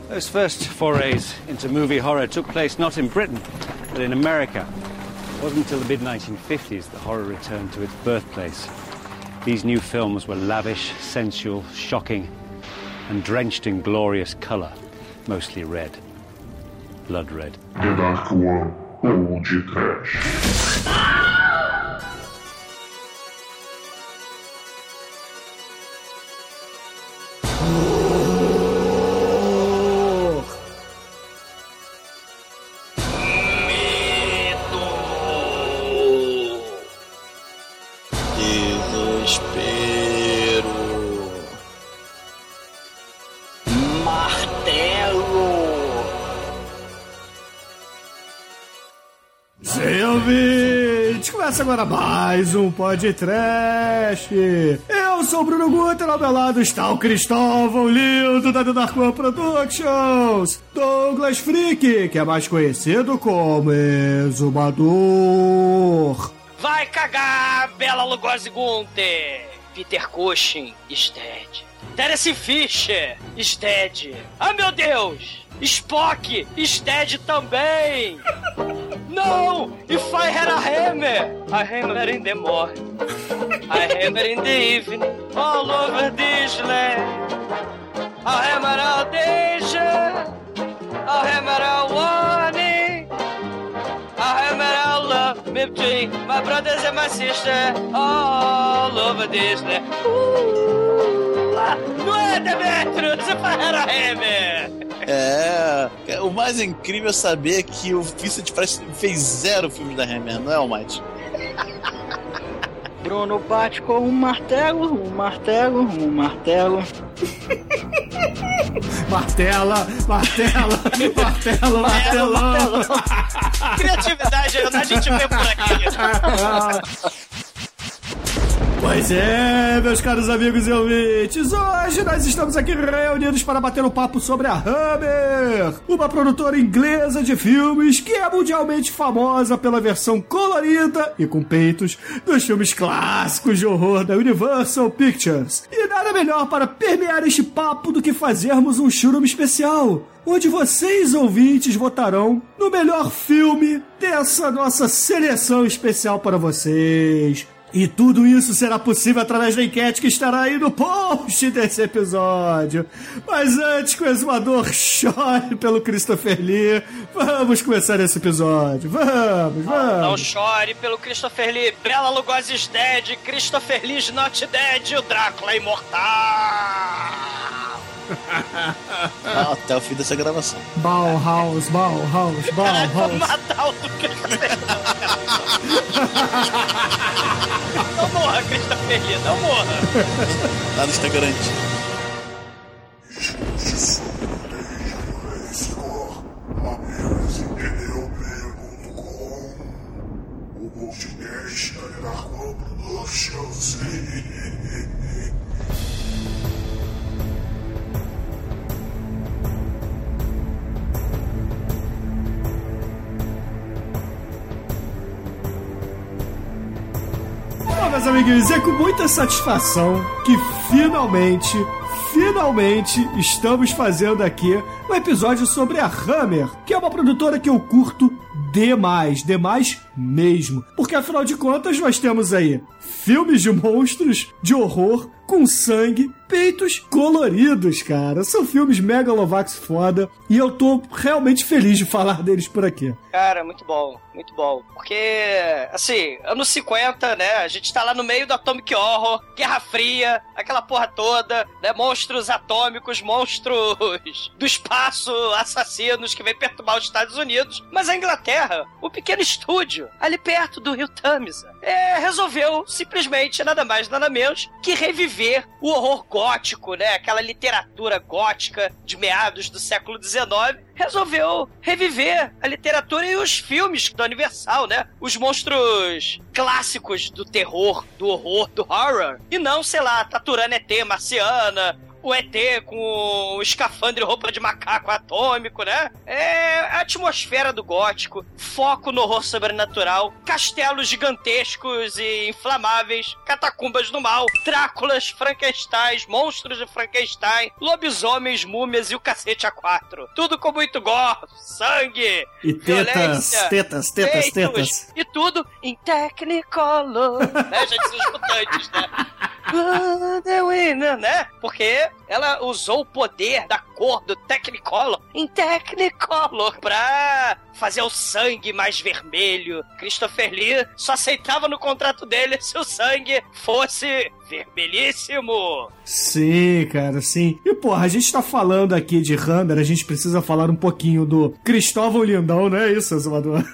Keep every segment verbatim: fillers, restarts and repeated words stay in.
Those first forays into movie horror took place not in Britain, but in America. It wasn't until the mid nineteen fifties that horror returned to its birthplace. These new films were lavish, sensual, shocking, and drenched in glorious colour, mostly red. Blood red. The Dark One, Old Trash. Começa agora mais um podcast. Eu sou o Bruno Guter, ao meu lado está o Cristóvão lindo da The Dark One Productions, Douglas Freak, que é mais conhecido como Exumador. Vai cagar, Bela Lugosi Gunther. Peter Cushing is dead. Terence Fisher is dead. Ah, meu Deus! Spock is dead também! No! If I had a hammer, I hammer in the morning, I hammer in the evening, all over this land. I'll hammer out danger, I'll hammer out warning, I'll hammer out love between my brothers and my sisters, all over this land. Uh, não é, Demetrius? If I had a hammer! É, o mais incrível é saber que o Vincent Price fez zero filmes da Hammer, não é, Almighty? Bruno bate com um martelo, um martelo, um martelo. Martela, martela, martelo, martelão. Criatividade, a gente vê por aqui. Pois é, meus caros amigos e ouvintes, hoje nós estamos aqui reunidos para bater um papo sobre a Hammer, uma produtora inglesa de filmes que é mundialmente famosa pela versão colorida e com peitos dos filmes clássicos de horror da Universal Pictures. E nada melhor para permear este papo do que fazermos um churume especial, onde vocês, ouvintes, votarão no melhor filme dessa nossa seleção especial para vocês. E tudo isso será possível através da enquete que estará aí no post desse episódio. Mas antes que o exumador chore pelo Christopher Lee, vamos começar esse episódio. Vamos, vamos. Não, não chore pelo Christopher Lee. Bela Lugosi is dead, Christopher Lee is not dead, o Drácula é imortal. Não, até o fim dessa gravação. Bauhaus, Bauhaus, Bauhaus. Vamos matar o Christopher Lee. Não morra, Christopher Lee, não morra. Nada está garantido. O podcast da Dark One Productions. Meus amiguinhos, é com muita satisfação que finalmente, finalmente estamos fazendo aqui um episódio sobre a Hammer, que é uma produtora que eu curto demais, demais mesmo. Porque afinal de contas nós temos aí filmes de monstros, de horror, com sangue, peitos coloridos, cara. São filmes megalovax foda e eu tô realmente feliz de falar deles por aqui. Cara, muito bom, muito bom. Porque, assim, anos cinquenta, né, a gente tá lá no meio do Atomic Horror, Guerra Fria, aquela porra toda, né, monstros atômicos, monstros do espaço, assassinos que vem perturbar os Estados Unidos. Mas a Inglaterra, o pequeno estúdio, ali perto do rio Tamisa, é, resolveu simplesmente, nada mais, nada menos, que reviver o horror gótico, né? Aquela literatura gótica de meados do século dezenove, resolveu reviver a literatura e os filmes da Universal, né? Os monstros clássicos do terror, do horror, do horror. E não, sei lá, Taturana E T, Marciana, o E T com o escafandro e roupa de macaco atômico, né? É a atmosfera do gótico, foco no horror sobrenatural, castelos gigantescos e inflamáveis, catacumbas do mal, Dráculas, Frankensteins, monstros de Frankenstein, lobisomens, múmias e o cacete a quatro. Tudo com muito gore, sangue, e tetas, tetas, tetas, tetas. E tudo em Technicolor. Né? Já dizem os mutantes, né? The winner, né? Porque ela usou o poder da cor do Technicolor em Technicolor pra fazer o sangue mais vermelho. Christopher Lee só aceitava no contrato dele se o sangue fosse vermelhíssimo. Sim, cara, sim. E, porra, a gente tá falando aqui de Hammer, a gente precisa falar um pouquinho do Cristóvão Lindão, não é isso, Azumador?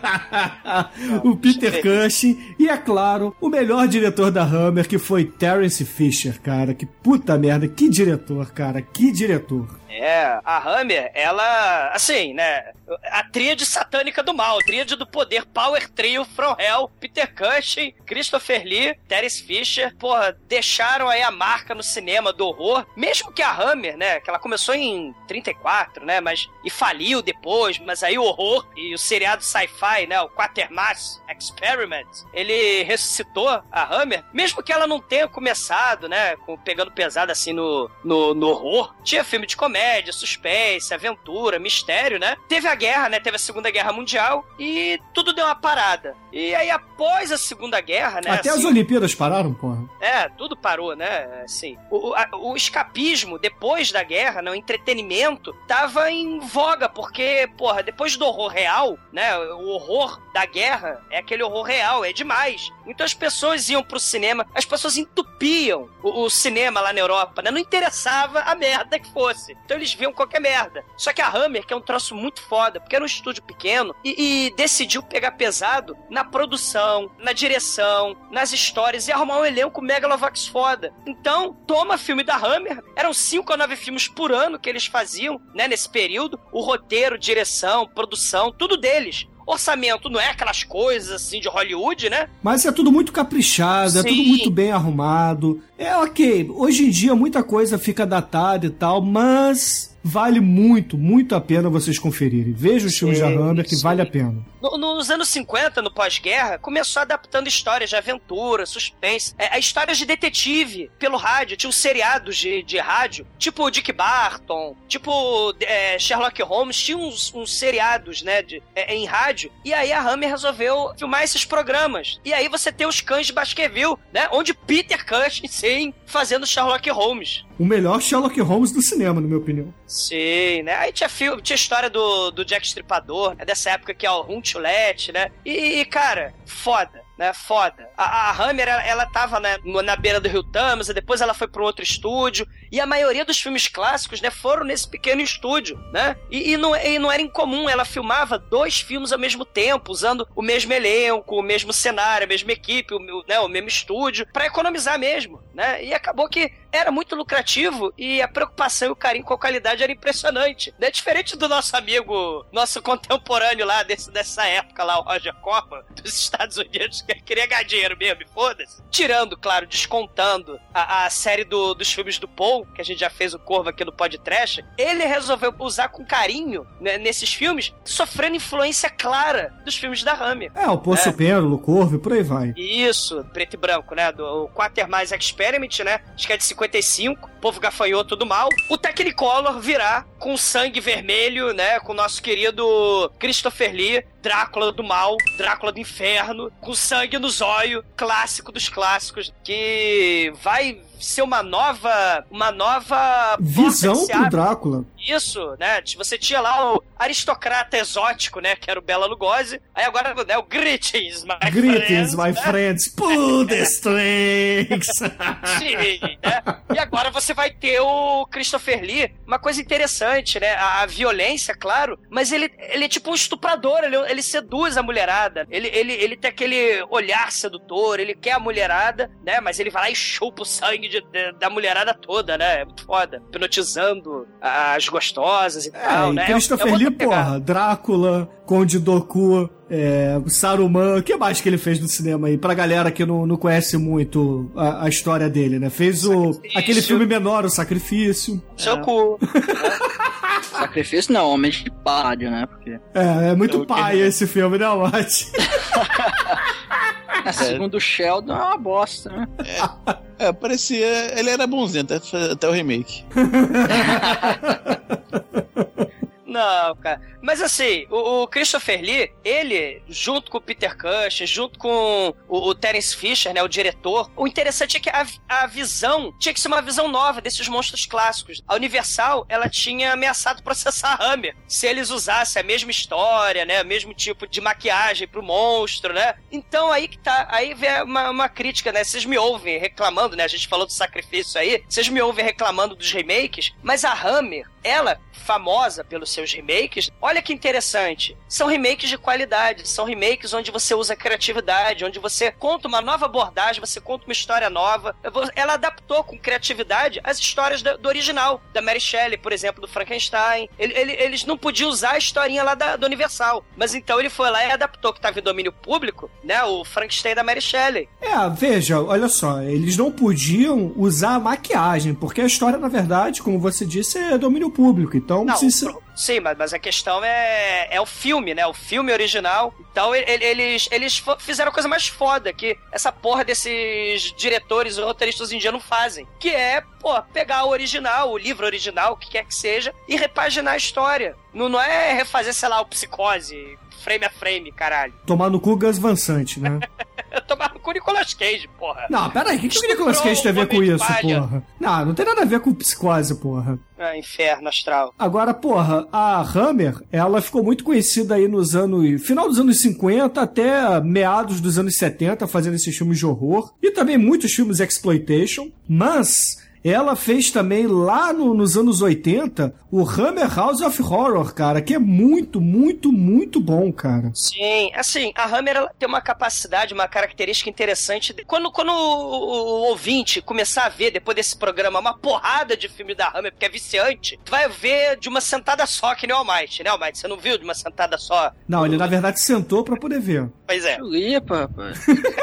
O Peter Cushing e, é claro, o melhor diretor da Hammer, que foi Terence Fisher, cara. Que puta merda, que diretor, cara, que diretor. É, a Hammer, ela, assim, né, a tríade satânica do mal, a tríade do poder, Power Trio, From Hell, Peter Cushing, Christopher Lee, Terence Fisher, porra, deixaram aí a marca no cinema do horror, mesmo que a Hammer, né, que ela começou em trinta e quatro, né, mas, e faliu depois, mas aí o horror e o seriado sci-fi, né, o Quatermass Experiment, ele ressuscitou a Hammer, mesmo que ela não tenha começado, né, com, pegando pesado assim no, no, no horror, tinha filme de comédia, suspense, aventura, mistério, né? Teve a guerra, né? Teve a Segunda Guerra Mundial e tudo deu uma parada. E aí, após a Segunda Guerra, né? Até assim, as Olimpíadas pararam, porra. É, tudo parou, né? Assim, o, a, o escapismo, depois da guerra, né? O entretenimento, tava em voga, porque, porra, depois do horror real, né? O horror da guerra é aquele horror real, é demais. Então as pessoas iam pro cinema, as pessoas entupiam o, o cinema lá na Europa, né? Não interessava a merda que fosse. Então eles viam qualquer merda. Só que a Hammer, que é um troço muito foda, porque era um estúdio pequeno, e, e decidiu pegar pesado na produção, na direção, nas histórias, e arrumar um elenco megalovax foda. Então, toma filme da Hammer, eram cinco ou nove filmes por ano que eles faziam, né, nesse período, o roteiro, direção, produção, tudo deles. Orçamento não é aquelas coisas assim de Hollywood, né? Mas é tudo muito caprichado, Sim. é tudo muito bem arrumado. É ok, hoje em dia muita coisa fica datada e tal, mas vale muito, muito a pena vocês conferirem. Veja os filmes da Hammer que vale a pena. No, nos anos cinquenta, no pós-guerra, começou adaptando histórias de aventura, suspense, é, histórias de detetive pelo rádio. Tinha uns seriados de, de rádio, tipo Dick Barton, tipo é, Sherlock Holmes, tinha uns, uns seriados, né, de, é, em rádio. E aí a Hammer resolveu filmar esses programas. E aí você tem os Cães de Baskerville, né, onde Peter Cushing, sim, fazendo Sherlock Holmes. O melhor Sherlock Holmes do cinema, na minha opinião. Sim, né? Aí tinha filme, tinha história do, do Jack Stripador, né? Dessa época que é o Rum Chulette, né? E, cara, foda. Né, foda. A, a Hammer, ela, ela tava, né, na beira do Rio Thames, e depois ela foi para um outro estúdio, e a maioria dos filmes clássicos, né, foram nesse pequeno estúdio, né, e, e, não, e não era incomum, ela filmava dois filmes ao mesmo tempo, usando o mesmo elenco, o mesmo cenário, a mesma equipe, o, né, o mesmo estúdio, para economizar mesmo, né, e acabou que era muito lucrativo e a preocupação e o carinho com a qualidade era impressionante, né, diferente do nosso amigo, nosso contemporâneo lá, desse, dessa época lá, o Roger Corman, dos Estados Unidos, que queria ganhar dinheiro mesmo, e foda-se. Tirando, claro, descontando a, a série do, dos filmes do Paul, que a gente já fez o Corvo aqui no Podcast, ele resolveu usar com carinho, né, nesses filmes, sofrendo influência clara dos filmes da Hammer. É, o Poço é. Pérola, o Corvo, e por aí vai. Isso, preto e branco, né, do Quatermass Experiment, né, acho que é de cinquenta e cinco, povo gafanhoto do mal. O Technicolor virá com sangue vermelho, né, com o nosso querido Christopher Lee, Drácula do mal, Drácula do inferno, com sangue no zóio, clássico dos clássicos, que vai ser uma nova uma nova visão pro Drácula. Isso, né? Você tinha lá o aristocrata exótico, né? Que era o Bela Lugosi. Aí agora, né? O Greetings, my Greetings, friends. my né? friends. Pull the strings. Sim, né? E agora você vai ter o Christopher Lee. Uma coisa interessante, né? A, a violência, claro, mas ele, ele é tipo um estuprador. Ele, ele seduz a mulherada. Ele, ele, ele tem aquele olhar sedutor. Ele quer a mulherada, né? Mas ele vai lá e chupa o sangue de, de, da mulherada toda, né? É muito foda. Hipnotizando as gostosas e é, tal, e né? Christopher é, é Lee, porra, Drácula, Conde Doku, é, Saruman. O que mais que ele fez no cinema aí? Pra galera que não, não conhece muito a, a história dele, né? Fez o, aquele filme menor, O Sacrifício. Seu cu. Sacrifício não, Homem de Palha, né? Porque... É, é muito pai esse filme, né, Mate? É, segundo o Sheldon, é uma bosta, né? É, é, parecia... Ele era bonzinho até, até o remake. Não, cara. Mas assim, o, o Christopher Lee, ele, junto com o Peter Cushing, junto com o, o Terence Fisher, né, o diretor, o interessante é que a, a visão tinha que ser uma visão nova desses monstros clássicos. A Universal, ela tinha ameaçado processar a Hammer se eles usassem a mesma história, né, o mesmo tipo de maquiagem pro monstro, né? Então aí que tá, aí vem uma, uma crítica, né? Vocês me ouvem reclamando, né? A gente falou do Sacrifício aí, vocês me ouvem reclamando dos remakes, mas a Hammer, ela, famosa pelos seus remakes, olha que interessante, são remakes de qualidade, são remakes onde você usa criatividade, onde você conta uma nova abordagem, você conta uma história nova. Ela adaptou com criatividade as histórias do, do original, da Mary Shelley, por exemplo, do Frankenstein. Ele, ele, eles não podiam usar a historinha lá da, do Universal, mas então ele foi lá e adaptou, que estava em domínio público, né, o Frankenstein da Mary Shelley. É, veja, olha só, eles não podiam usar a maquiagem, porque a história, na verdade, como você disse, é domínio público, então não, se... sim, mas, mas a questão é, é o filme, né? O filme original. Então ele, eles, eles fizeram a coisa mais foda que essa porra desses diretores ou roteiristas hoje em dia não fazem. Que é, pô, pegar o original, o livro original, o que quer que seja, e repaginar a história. Não, não é refazer, sei lá, o Psicose, frame a frame, caralho. Tomar no cu Gus Van Sant, né? Tomar no cu Nicolas Cage, porra. Não, peraí, o que, que o Nicolas Cage tem a ver com isso, porra? Não, não tem nada a ver com Psicose, porra. Ah, inferno astral. Agora, porra, a Hammer, ela ficou muito conhecida aí nos anos... final dos anos cinquenta até meados dos anos setenta, fazendo esses filmes de horror. E também muitos filmes exploitation. Mas... ela fez também lá no, nos anos oitenta o Hammer House of Horror, cara, que é muito, muito, muito bom, cara. Sim, assim, a Hammer ela tem uma capacidade, uma característica interessante. Quando, quando o, o, o ouvinte começar a ver, depois desse programa, uma porrada de filme da Hammer, porque é viciante, tu vai ver de uma sentada só, que nem o Almighty, né, Almighty? Você não viu de uma sentada só? Não, ele na verdade sentou pra poder ver. Pois é. Chulipa, rapaz.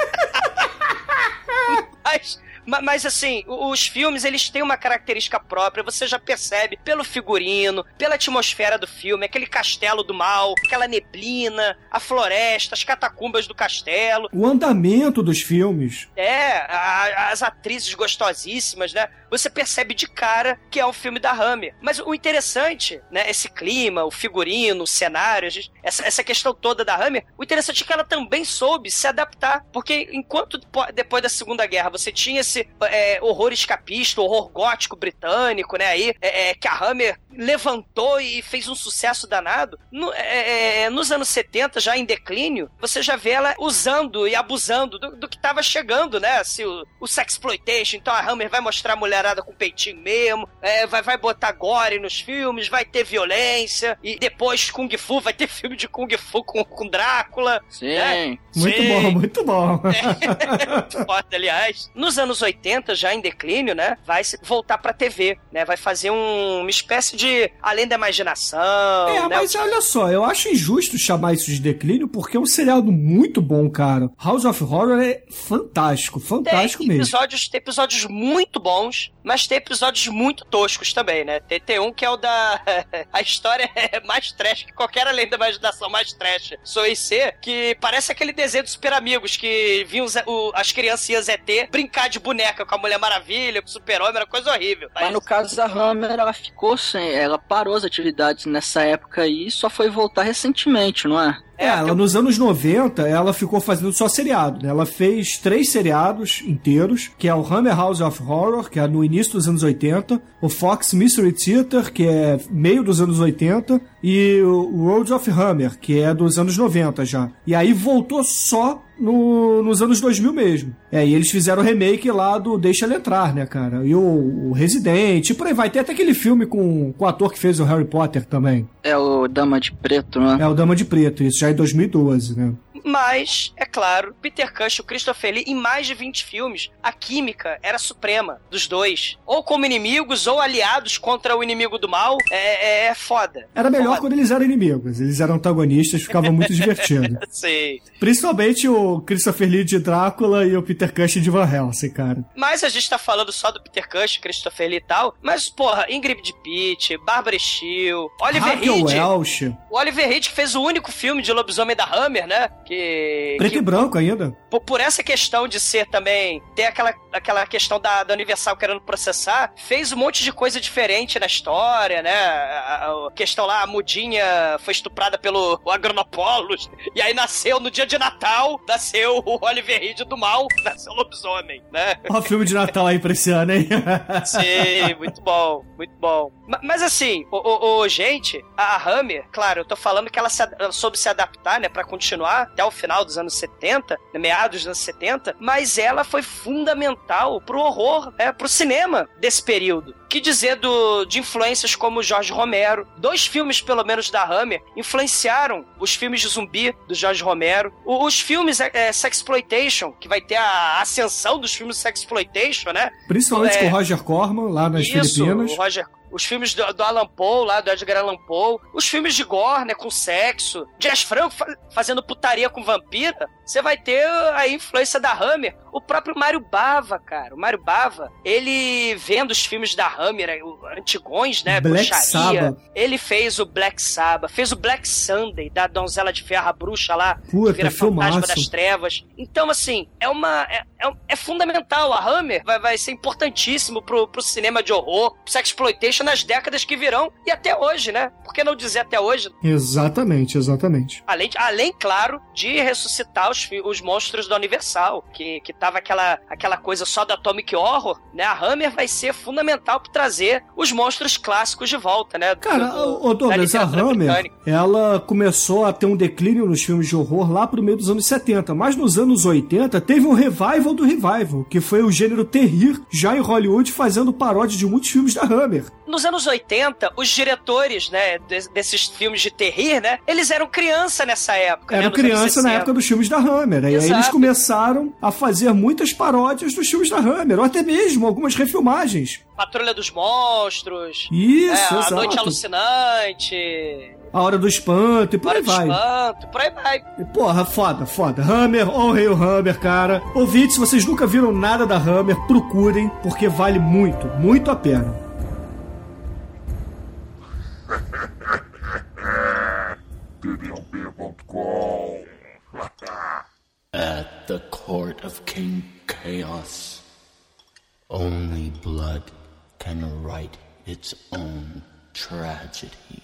Mas... Mas, assim, os filmes, eles têm uma característica própria, você já percebe pelo figurino, pela atmosfera do filme, aquele castelo do mal, aquela neblina, a floresta, as catacumbas do castelo. O andamento dos filmes. É, a, as atrizes gostosíssimas, né? Você percebe de cara que é um filme da Hammer. Mas o interessante, né, esse clima, o figurino, o cenário, gente, essa, essa questão toda da Hammer, o interessante é que ela também soube se adaptar, porque enquanto depois da Segunda Guerra você tinha esse É, horror escapista, horror gótico britânico, né, aí, é, é, que a Hammer levantou e fez um sucesso danado, no, é, é, nos anos setenta, já em declínio, você já vê ela usando e abusando do, do que tava chegando, né, assim, o, o sexploitation, então a Hammer vai mostrar a mulherada com peitinho mesmo, é, vai, vai botar gore nos filmes, vai ter violência, e depois Kung Fu, vai ter filme de Kung Fu com, com Drácula. Sim. Né? Muito Sim. bom, muito bom. É, muito foda, aliás. Nos anos oitenta, já em declínio, né, vai voltar pra T V, né, vai fazer um, uma espécie de Além da Imaginação. É, né? mas olha só, eu acho injusto chamar isso de declínio, porque é um seriado muito bom, cara. House of Horror é fantástico, fantástico tem mesmo. Episódios, tem episódios muito bons, mas tem episódios muito toscos também, né? Tem, tem um que é o da... a história é mais trash que qualquer Além da Imaginação mais trash. Sou I C, que parece aquele desenho dos Super Amigos, que vinham os, o, as criancinhas E T brincar de boneca com a Mulher Maravilha, com o Super-Homem, era coisa horrível. Mas no caso da Hammer, ela ficou sem... ela parou as atividades nessa época aí e só foi voltar recentemente, não é? É, ela, nos anos noventa, ela ficou fazendo só seriado, né? Ela fez três seriados inteiros, que é o Hammer House of Horror, que é no início dos anos oitenta, o Fox Mystery Theater, que é meio dos anos oitenta, e o Roads of Hammer, que é dos anos noventa já. E aí voltou só no, nos anos dois mil mesmo. É, e eles fizeram o remake lá do Deixa Ela Entrar, né, cara? E o, o Resident, e por aí vai. Tem até aquele filme com, com o ator que fez o Harry Potter também. É o Dama de Preto, né? É o Dama de Preto, isso já é em dois mil e doze, né? Mas, é claro, Peter Cushing e o Christopher Lee, em mais de vinte filmes, a química era suprema dos dois. Ou como inimigos, ou aliados contra o inimigo do mal. É, é, é foda. Era melhor foda. Quando eles eram inimigos. Eles eram antagonistas, ficava muito divertido. Sim. Principalmente o Christopher Lee de Drácula e o Peter Cushing de Van Helsing, cara. Mas a gente tá falando só do Peter Cushing, Christopher Lee e tal. Mas, porra, Ingrid Pitt, Barbara Steele, Oliver Raquel Reed. Welch. O Oliver Reed que fez o único filme de lobisomem da Hammer, né? Que, Preto que, e branco ainda. Por, por essa questão de ser também, ter aquela, aquela questão da, da Universal querendo processar, fez um monte de coisa diferente na história, né? A, a questão lá, a mudinha foi estuprada pelo Agronopolos, e aí nasceu no dia de Natal, nasceu o Oliver Reed do mal, nasceu o lobisomem, né? Ó o filme de Natal aí pra esse ano, hein? Sim, muito bom, muito bom. Mas, mas assim, o, o, o, gente, a Hammer, claro, eu tô falando que ela, se, ela soube se adaptar, né, pra continuar até o final dos anos setenta, meados dos anos setenta, mas ela foi fundamental pro horror, é, pro cinema desse período. Que dizer do, de influências como Jorge Romero. Dois filmes, pelo menos, da Hammer influenciaram os filmes de zumbi do Jorge Romero. O, os filmes é, Sexploitation, que vai ter a ascensão dos filmes Sexploitation, né? Principalmente é, com o Roger Corman, lá nas isso, Filipinas. O Roger Os filmes do, do Alan Poe, lá do Edgar Allan Poe. Os filmes de gore, né, com sexo. Jazz Franco fa- fazendo putaria com vampira. Você vai ter a influência da Hammer. O próprio Mário Bava, cara. O Mário Bava, ele vendo os filmes da Hammer, antigões, né, Black bruxaria. Sabbath. Ele fez o Black Sabbath. Fez o Black Sunday, da Donzela de Ferro, a bruxa lá. Puta, que vira filmaço. Fantasma das Trevas. Então, assim, é uma... É, é, é fundamental. A Hammer vai, vai ser importantíssimo pro, pro cinema de horror, pro sexploitation nas décadas que virão e até hoje, né? Por que não dizer até hoje? Exatamente, exatamente. Além, de, além claro, de ressuscitar os, os monstros da Universal, que, que tava aquela, aquela coisa só do Atomic Horror, né? A Hammer vai ser fundamental para trazer os monstros clássicos de volta, né? Cara, do, ô Douglas, a Hammer, britânica. ela começou a ter um declínio nos filmes de horror lá pro meio dos anos setenta, mas nos anos oitenta teve um revival do revival, que foi o gênero terrir, já em Hollywood, fazendo paródia de muitos filmes da Hammer. Nos anos oitenta, os diretores, né, desses filmes de terrir, né, eles eram criança nessa época. Eram né, criança na época dos filmes da Hammer. E aí eles começaram a fazer muitas paródias dos filmes da Hammer, ou até mesmo algumas refilmagens. Patrulha dos Monstros. Isso, é, A exato. Noite Alucinante. A Hora do Espanto e por aí vai. Espanto, por aí vai. Porra, foda, foda. Hammer, honrei o Hammer, cara. Ouvintes, se vocês nunca viram nada da Hammer, procurem, porque vale muito, muito a pena. T D um P ponto com At the court of King Chaos, only blood can right its own tragedy.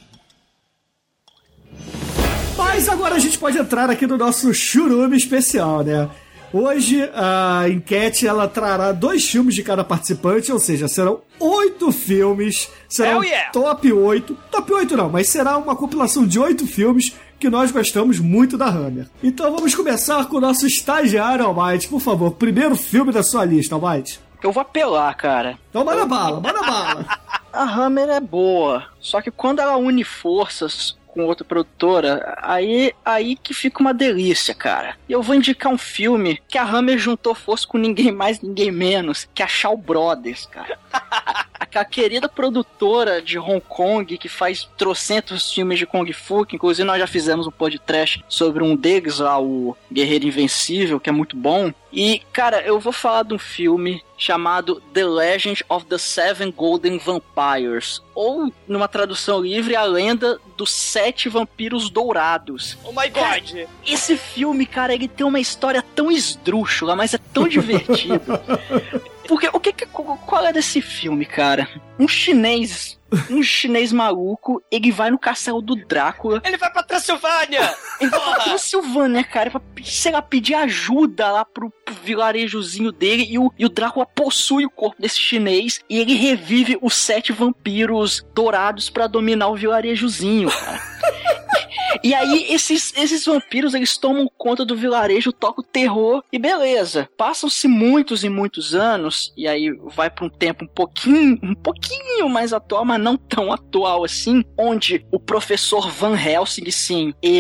Mas agora a gente pode entrar aqui no nosso churume especial, né? Hoje a enquete ela trará dois filmes de cada participante, ou seja, serão oito filmes, será um yeah. top oito, top oito não, mas será uma compilação de oito filmes que nós gostamos muito da Hammer. Então vamos começar com o nosso estagiário Almighty, por favor, primeiro filme da sua lista, Almighty. Eu vou apelar, cara. Então manda bala, manda bala. A Hammer é boa, só que quando ela une forças com outra produtora, aí, aí que fica uma delícia, cara. E eu vou indicar um filme que a Hammer juntou força com ninguém mais, ninguém menos, que é a Shaw Brothers, cara. Aquela querida produtora de Hong Kong que faz trocentos filmes de Kung Fu, que inclusive nós já fizemos um podcast sobre um deles lá, o Guerreiro Invencível, que é muito bom. E, cara, eu vou falar de um filme chamado The Legend of the Seven Golden Vampires, ou, numa tradução livre, A Lenda dos Sete Vampiros Dourados. Oh my cara, God! Esse filme, cara, ele tem uma história tão esdrúxula, mas é tão divertido. Porque o que, que qual é desse filme, cara? Um chinês, um chinês maluco, ele vai no castelo do Drácula. Ele vai pra Transilvânia! Ele vai pra Transilvânia, cara, pra, sei lá, pedir ajuda lá pro, pro vilarejozinho dele, e o, e o Drácula possui o corpo desse chinês, e ele revive os sete vampiros dourados pra dominar o vilarejozinho, cara. E aí, esses, esses vampiros, eles tomam conta do vilarejo, tocam o terror, e beleza. Passam-se muitos e muitos anos, e aí vai pra um tempo um pouquinho, um pouquinho mais atual, mas não tão atual assim, onde o professor Van Helsing, sim, ele,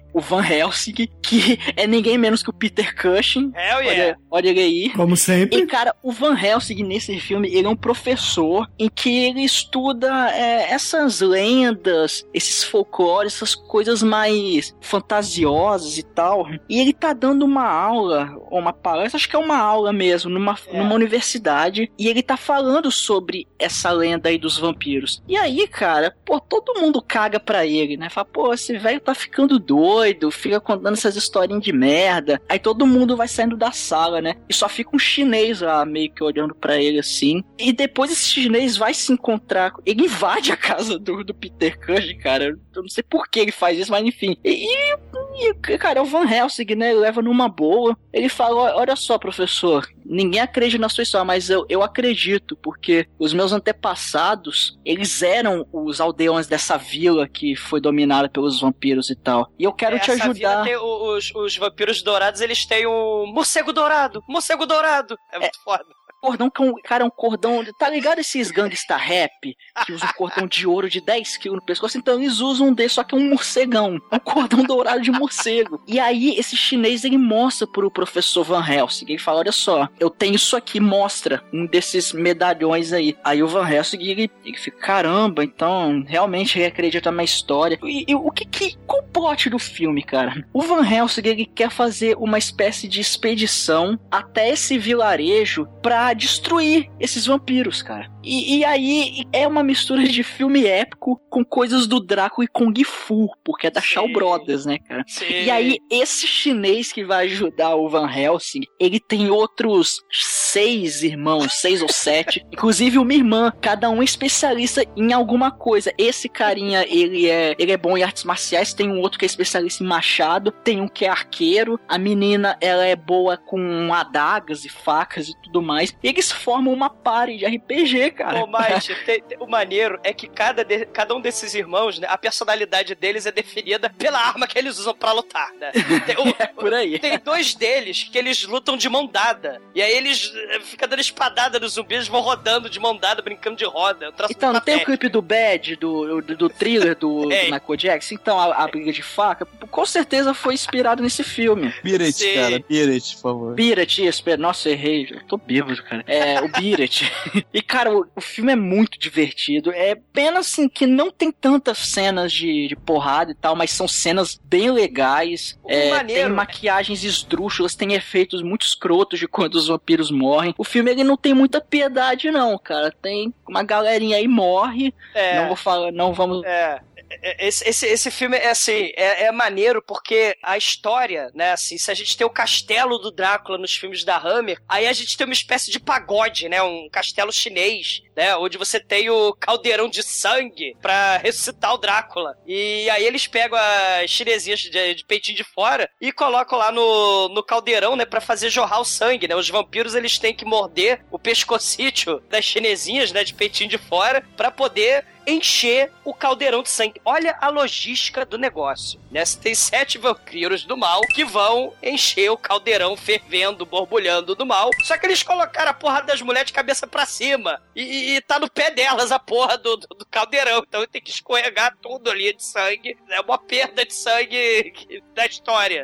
o Van Helsing, que é ninguém menos que o Peter Cushing. Hell yeah. Olha, olha ele aí. Como sempre. E, cara, o Van Helsing, nesse filme, ele é um professor em que ele estuda é, essas lendas, esses folclores, essas coisas mais fantasiosas e tal. E ele tá dando uma aula, ou uma palestra, acho que é uma aula mesmo, numa, é. numa universidade, e ele tá falando sobre essa lenda aí dos vampiros. E aí, cara, pô, todo mundo caga pra ele, né? Fala, pô, esse velho tá ficando doido, fica contando essas historinhas de merda. Aí todo mundo vai saindo da sala, né? E só fica um chinês lá, meio que olhando pra ele assim. E depois esse chinês vai se encontrar, ele invade a casa do, do Peter Cushing, cara. Eu não sei por que ele faz isso, mas enfim. E, e, cara, é o Van Helsing, né? Ele leva numa boa. Ele fala, olha só, professor, ninguém acredita na sua história, mas eu, eu acredito, porque os meus antepassados, eles eram os aldeões dessa vila que foi dominada pelos vampiros e tal. E eu quero é, te essa ajudar. Vila tem os, os vampiros dourados, eles têm o morcego dourado. Morcego dourado. É muito é. foda. Cordão, cara, um cordão, tá ligado esses gangsta rap que usam um cordão de ouro de dez quilos no pescoço? Então eles usam um desse, só que é um morcegão, um cordão dourado de morcego. E aí esse chinês, ele mostra pro professor Van Helsing, ele fala, olha só, eu tenho isso aqui, mostra um desses medalhões aí. Aí o Van Helsing, ele, ele fica, caramba, então realmente ele acredita na história. E, e o que que, qual o plot do filme, cara? O Van Helsing, ele quer fazer uma espécie de expedição até esse vilarejo pra destruir esses vampiros, cara. E, e aí é uma mistura de filme épico com coisas do Drácula e Kung Fu, porque é da Sim. Shaw Brothers, né, cara? Sim. E aí esse chinês que vai ajudar o Van Helsing, ele tem outros seis irmãos, seis ou sete, inclusive uma irmã, cada um é especialista em alguma coisa. Esse carinha, ele é, ele é bom em artes marciais, tem um outro que é especialista em machado, tem um que é arqueiro, a menina, ela é boa com adagas e facas e tudo mais. E eles formam uma party de R P G, cara. Ô, Mike, tem, tem, o maneiro é que cada, de, cada um desses irmãos, né, a personalidade deles é definida pela arma que eles usam pra lutar, né? Tem, o, é por aí. Tem dois deles que eles lutam de mão dada. E aí eles ficam dando espadada nos zumbis, vão rodando de mão dada, brincando de roda. Então, não tem o clipe do Bad, do, do, do thriller do, do Michael Jackson? Então, a, a briga de faca, com certeza foi inspirado nesse filme. Biret, cara, Biret, por favor. Biret, isso, nossa, errei, eu tô bêbado, cara. É, o Biret. E, cara, o, o filme é muito divertido. É pena, assim, que não tem tantas cenas de, de porrada e tal, mas são cenas bem legais. É, tem maquiagens esdrúxulas, tem efeitos muito escrotos de quando os vampiros morrem. O filme, ele não tem muita piedade, não, cara. Tem uma galerinha aí morre. É. Não vou falar, não vamos... É. Esse, esse, esse filme é assim, é, é maneiro porque a história, né, assim, se a gente tem o castelo do Drácula nos filmes da Hammer, aí a gente tem uma espécie de pagode, né, um castelo chinês, né, onde você tem o caldeirão de sangue pra ressuscitar o Drácula. E aí eles pegam as chinesinhas de, de peitinho de fora e colocam lá no, no caldeirão, né, pra fazer jorrar o sangue, né, os vampiros eles têm que morder o pescocítio das chinesinhas, né, de peitinho de fora pra poder encher o caldeirão de sangue. Olha a logística do negócio, né? Você tem sete vampiros do mal que vão encher o caldeirão fervendo, borbulhando do mal. Só que eles colocaram a porra das mulheres de cabeça pra cima e, e tá no pé delas a porra do, do, do caldeirão. Então tem que escorregar tudo ali de sangue. É uma perda de sangue da história.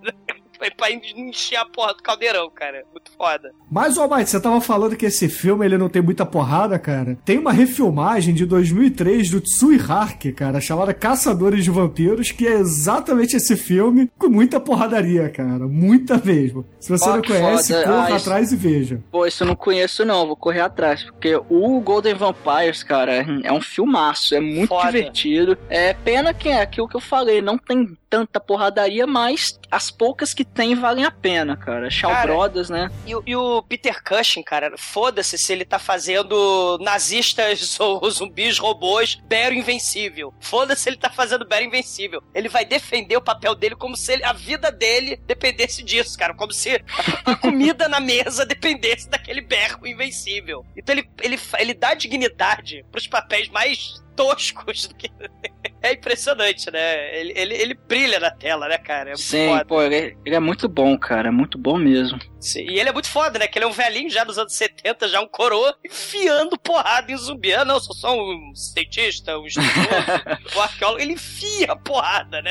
Pra encher a porra do caldeirão, cara. Muito foda. Mas, ô, Mike, você tava falando que esse filme, ele não tem muita porrada, cara. Tem uma refilmagem de dois mil e três do Tsui Hark, cara, chamada Caçadores de Vampiros, que é exatamente esse filme com muita porradaria, cara. Muita mesmo. Se você oh, não conhece, foda. corra ah, atrás isso... e veja. Pô, isso eu não conheço, não. Vou correr atrás. Porque o Golden Vampires, cara, é um filmaço. É muito foda. divertido. É pena que é aquilo que eu falei. Não tem tanta porradaria, mas as poucas que tem valem a pena, cara. Shaw cara, Brothers, né? E, e o Peter Cushing, cara, foda-se se ele tá fazendo nazistas ou zumbis, robôs, Bero Invencível. Foda-se se ele tá fazendo Bero Invencível. Ele vai defender o papel dele como se ele, a vida dele dependesse disso, cara. Como se a comida na mesa dependesse daquele berro invencível. Então ele, ele, ele dá dignidade pros papéis mais toscos do que... É impressionante, né? Ele, ele, ele brilha na tela, né, cara? É Sim, foda. pô, ele, ele é muito bom, cara. É muito bom mesmo. Sim, e ele é muito foda, né? Que ele é um velhinho já dos anos setenta, já um coroa, enfiando porrada em zumbi. Ah, não, sou só um cientista, um estudioso, um arqueólogo. Ele enfia porrada, né?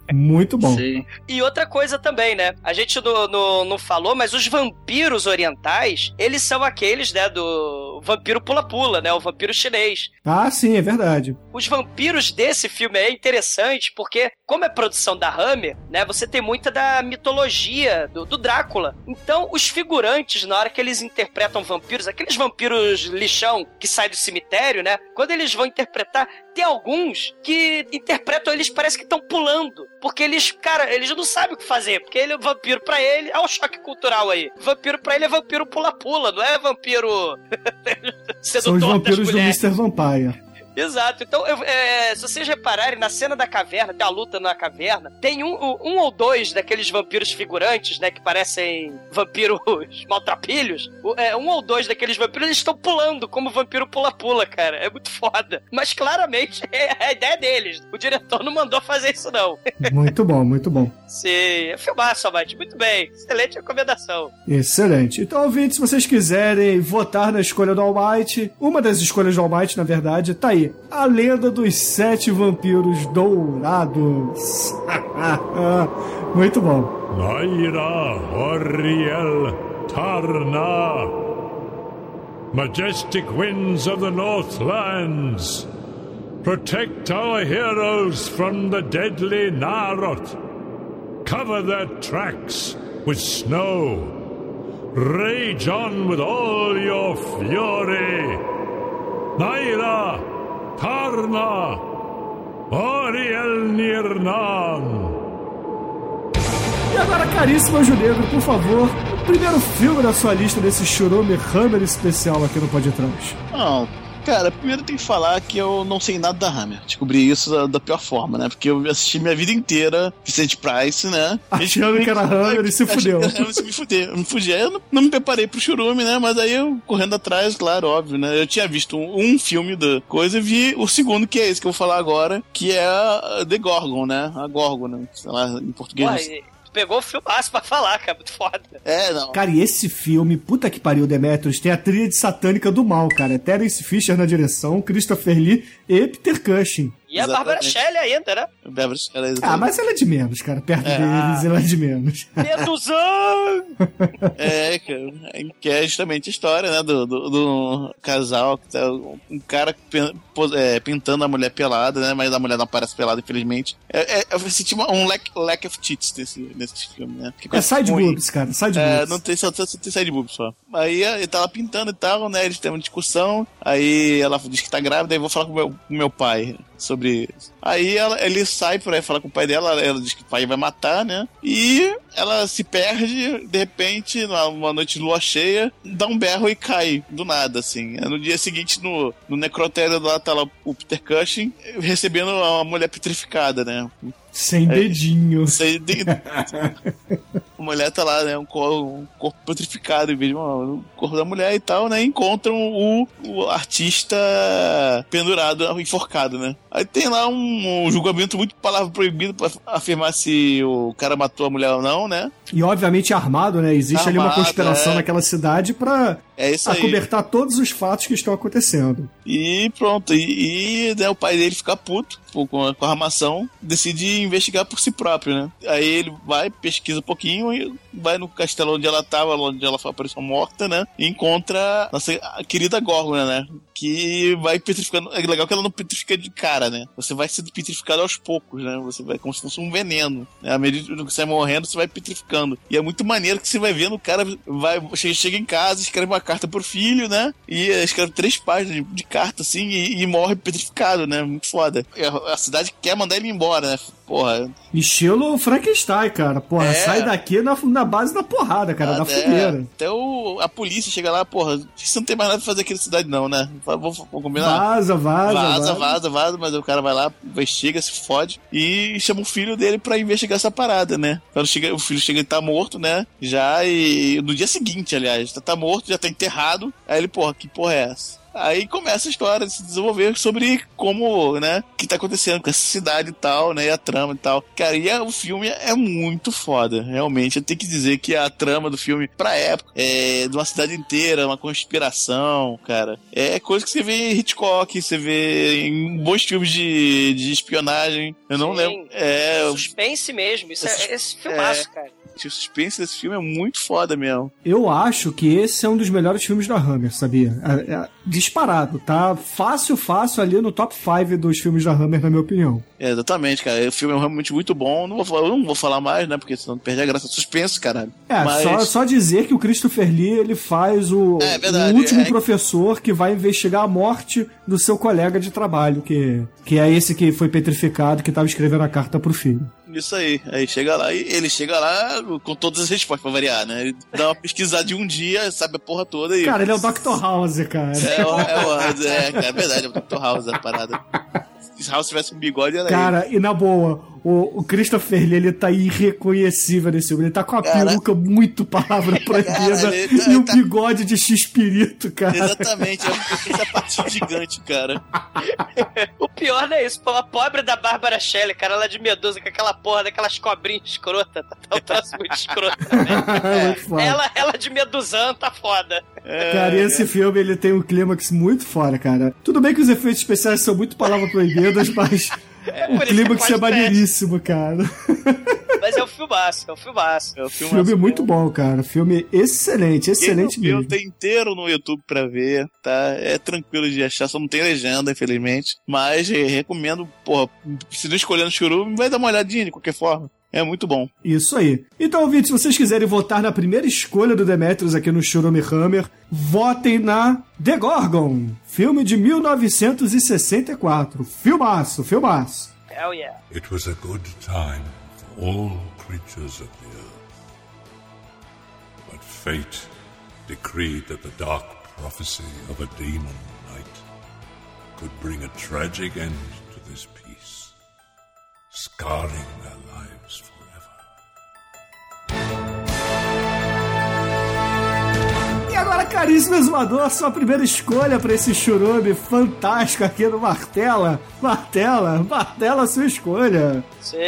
Muito bom. Sim. E outra coisa também, né? A gente não, não, não falou, mas os vampiros orientais, eles são aqueles, né, do vampiro pula-pula, né? O vampiro chinês. Ah, sim, é verdade. Os vampiros desse filme é interessante porque, como é produção da Hammer, né, você tem muita da mitologia do, do Drácula. Então, os figurantes, na hora que eles interpretam vampiros, aqueles vampiros lixão que saem do cemitério, né, quando eles vão interpretar, tem alguns que interpretam eles, parece que estão pulando. Porque eles, cara, eles não sabem o que fazer. Porque ele é vampiro pra ele, olha o choque cultural aí. Vampiro pra ele é vampiro pula-pula, não é vampiro sedutor. São os vampiros das do mulheres. mister Vampire. Exato. Então, eu, é, se vocês repararem, na cena da caverna, tem a luta na caverna, tem um, um ou dois daqueles vampiros figurantes, né, que parecem vampiros maltrapilhos. É, um ou dois daqueles vampiros, eles estão pulando como vampiro pula-pula, cara. É muito foda. Mas, claramente, é a ideia deles. O diretor não mandou fazer isso, não. Muito bom, muito bom. Sim, é filmaço, Amate. Muito bem. Excelente recomendação. Excelente. Então, ouvintes, se vocês quiserem votar na escolha do Almighty, uma das escolhas do Almighty, na verdade, tá aí. A Lenda dos Sete Vampiros Dourados. Muito bom. Naira Horiel Tarna, majestic winds of the Northlands, protect our heroes from the deadly Narot. Cover their tracks with snow. Rage on with all your fury. Naira Tarna Oriel Nirnan. E agora, caríssimo Anjo Negro, por favor, o primeiro filme da sua lista desse Churume Hammer especial aqui no Pode Trás. Não, cara, primeiro tem que falar que eu não sei nada da Hammer. Descobri isso da, da pior forma, né? Porque eu assisti minha vida inteira Vicente Price, né? Achando que era Hammer e se fudeu. Eu me fudei, eu me fudi. Eu não, não me preparei pro Churume, né? Mas aí eu, correndo atrás, claro, óbvio, né? Eu tinha visto um, um filme da coisa e vi o segundo, que é esse que eu vou falar agora, que é a The Gorgon, né? A Gorgon, né? Sei lá, em português. Ué, pegou o filmaço pra falar, cara. Muito foda. É, não. Cara, e esse filme, puta que pariu, Demetrius, tem a tríade satânica do mal, cara. É Terence Fisher na direção, Christopher Lee e Peter Cushing. E a Bárbara Shelley ainda, né? Bárbara Shelley. Ah, mas ela é de menos, cara. Perto É. deles, ela é de menos. Medusão! É, cara, que é justamente a história, né, do, do, do casal, que tá um cara pin- pos- é, pintando a mulher pelada, né, mas a mulher não aparece pelada, infelizmente. É, é, eu senti uma, um lack, lack of tits nesse, nesse filme, né. Que É coisa side ruim. boobs, cara. Side É, boobs. não tem, só, só tem side boobs só. Aí ele tá lá pintando e tal, né, eles têm uma discussão, aí ela diz que tá grávida, aí eu vou falar com o meu, com o meu pai sobre isso. Aí ela, ele sai por aí falar com o pai dela, ela diz que o pai vai matar, né? E ela se perde, de repente, numa noite de lua cheia, dá um berro e cai, do nada, assim. No dia seguinte, no, no necrotério lá, tá lá o Peter Cushing recebendo uma mulher petrificada, né? Sem dedinho. Sem dedinho. A mulher tá lá, né? Um corpo, um corpo petrificado, em vez de uma, um corpo da mulher e tal, né? Encontram o, o artista pendurado, enforcado, né? Aí tem lá um, um julgamento muito palavra proibido pra afirmar se o cara matou a mulher ou não, né? E obviamente armado, né? Existe ali uma Armado, conspiração é. naquela cidade pra É isso aí. acobertar todos os fatos que estão acontecendo. E pronto, e, e né, o pai dele fica puto com a, com a armação, decide investigar por si próprio, né? Aí ele vai, pesquisa um pouquinho e vai no castelo onde ela tava, onde ela apareceu morta, né? E encontra a nossa querida Gorgon, né? Que vai petrificando. É legal que ela não petrifica de cara, né? Você vai sendo petrificado aos poucos, né? Você vai como se fosse um veneno, né? À medida que você vai morrendo, você vai petrificando. E é muito maneiro que você vai vendo o cara vai, chega, chega em casa, escreve uma carta pro filho, né? E escreve três páginas de, de carta, assim, e, e morre petrificado, né? Muito foda. A, a cidade quer mandar ele embora, né? Porra. Estilo Frankenstein, cara. Porra, É. sai daqui na, na base da porrada, cara, da Até, fogueira. até o, a polícia chega lá, porra, você não tem mais nada pra fazer aqui na cidade não, né? Vou, vou combinar? Vaza, vaza, Vaza, vaza. vaza, vaza, mas o cara vai lá, investiga, se fode e chama o filho dele pra investigar essa parada, né? Quando chega, o filho chega e tá morto, né? Já e no dia seguinte, aliás, tá, tá morto, já tá enterrado. Aí ele, porra, que porra é essa? Aí começa a história de se desenvolver sobre como, né, o que tá acontecendo com essa cidade e tal, né, e a trama e tal. Cara, e a, o filme é muito foda, realmente. Eu tenho que dizer que a trama do filme, pra época, é de uma cidade inteira, uma conspiração, cara. É coisa que você vê em Hitchcock, você vê em bons filmes de, de espionagem. Eu não Sim. lembro. É, suspense mesmo, isso é, esse filmaço, é, cara. O suspense desse filme é muito foda mesmo. Eu acho que esse é um dos melhores filmes da Hammer, sabia? É, é disparado, tá? Fácil, fácil ali no top cinco dos filmes da Hammer, na minha opinião. É, exatamente, cara. O filme é realmente muito bom. Não vou falar, eu não vou falar mais, né? Porque senão perde a graça. Suspense, caralho. É, Mas... só, só dizer que o Christopher Lee, ele faz o, é, verdade, o último é... professor que vai investigar a morte do seu colega de trabalho, que, que é esse que foi petrificado, que estava escrevendo a carta pro filho. Isso aí. Aí chega lá e ele chega lá com todas as respostas pra variar, né? Ele dá uma pesquisada de um dia, sabe a porra toda e... Cara, ele é o doutor House, cara. É, o, é, o, é, é verdade, é o doutor House a parada. Se House tivesse um bigode, era Cara, ele. e na boa, o, o Christopher Lee, ele tá irreconhecível nesse filme. Ele tá com a cara, peruca muito palavra proibida cara, tá, e o tá... bigode de X-Pirito, cara. Exatamente, é um sapatinho gigante, cara. O pior não é isso, pô, a pobre da Bárbara Shelley, cara, ela é de Medusa com aquela porra daquelas cobrinhas escrotas, tá um troço muito escroto também. É, ela, ela de Medusão tá foda. É, cara, e esse é. filme, ele tem um clímax muito fora, cara. Tudo bem que os efeitos especiais são muito palavras proibidas, mas é, o clímax é, é maneiríssimo, cara. Mas é um filmaço, é um filmaço. É um filmaço filme mesmo. Muito bom, cara. Filme excelente, excelente mesmo. O filme tem inteiro no YouTube pra ver, tá? É tranquilo de achar, só não tem legenda, infelizmente. Mas eu recomendo, porra, se não escolher no Churume, vai dar uma olhadinha de qualquer forma. É muito bom. Isso aí. Então, ouvintes, se vocês quiserem votar na primeira escolha do Demetrius aqui no Churume Hammer, votem na The Gorgon, filme de mil novecentos e sessenta e quatro. Filmaço, filmaço. Hell yeah. It was a good time for all creatures of the earth. But fate decreed that the dark prophecy of a demon knight could bring a tragic end to this peace, scarring their lives forever. E agora, caríssimo exumador, sua primeira escolha para esse churume fantástico aqui no Martela. Martela, Martela, sua escolha.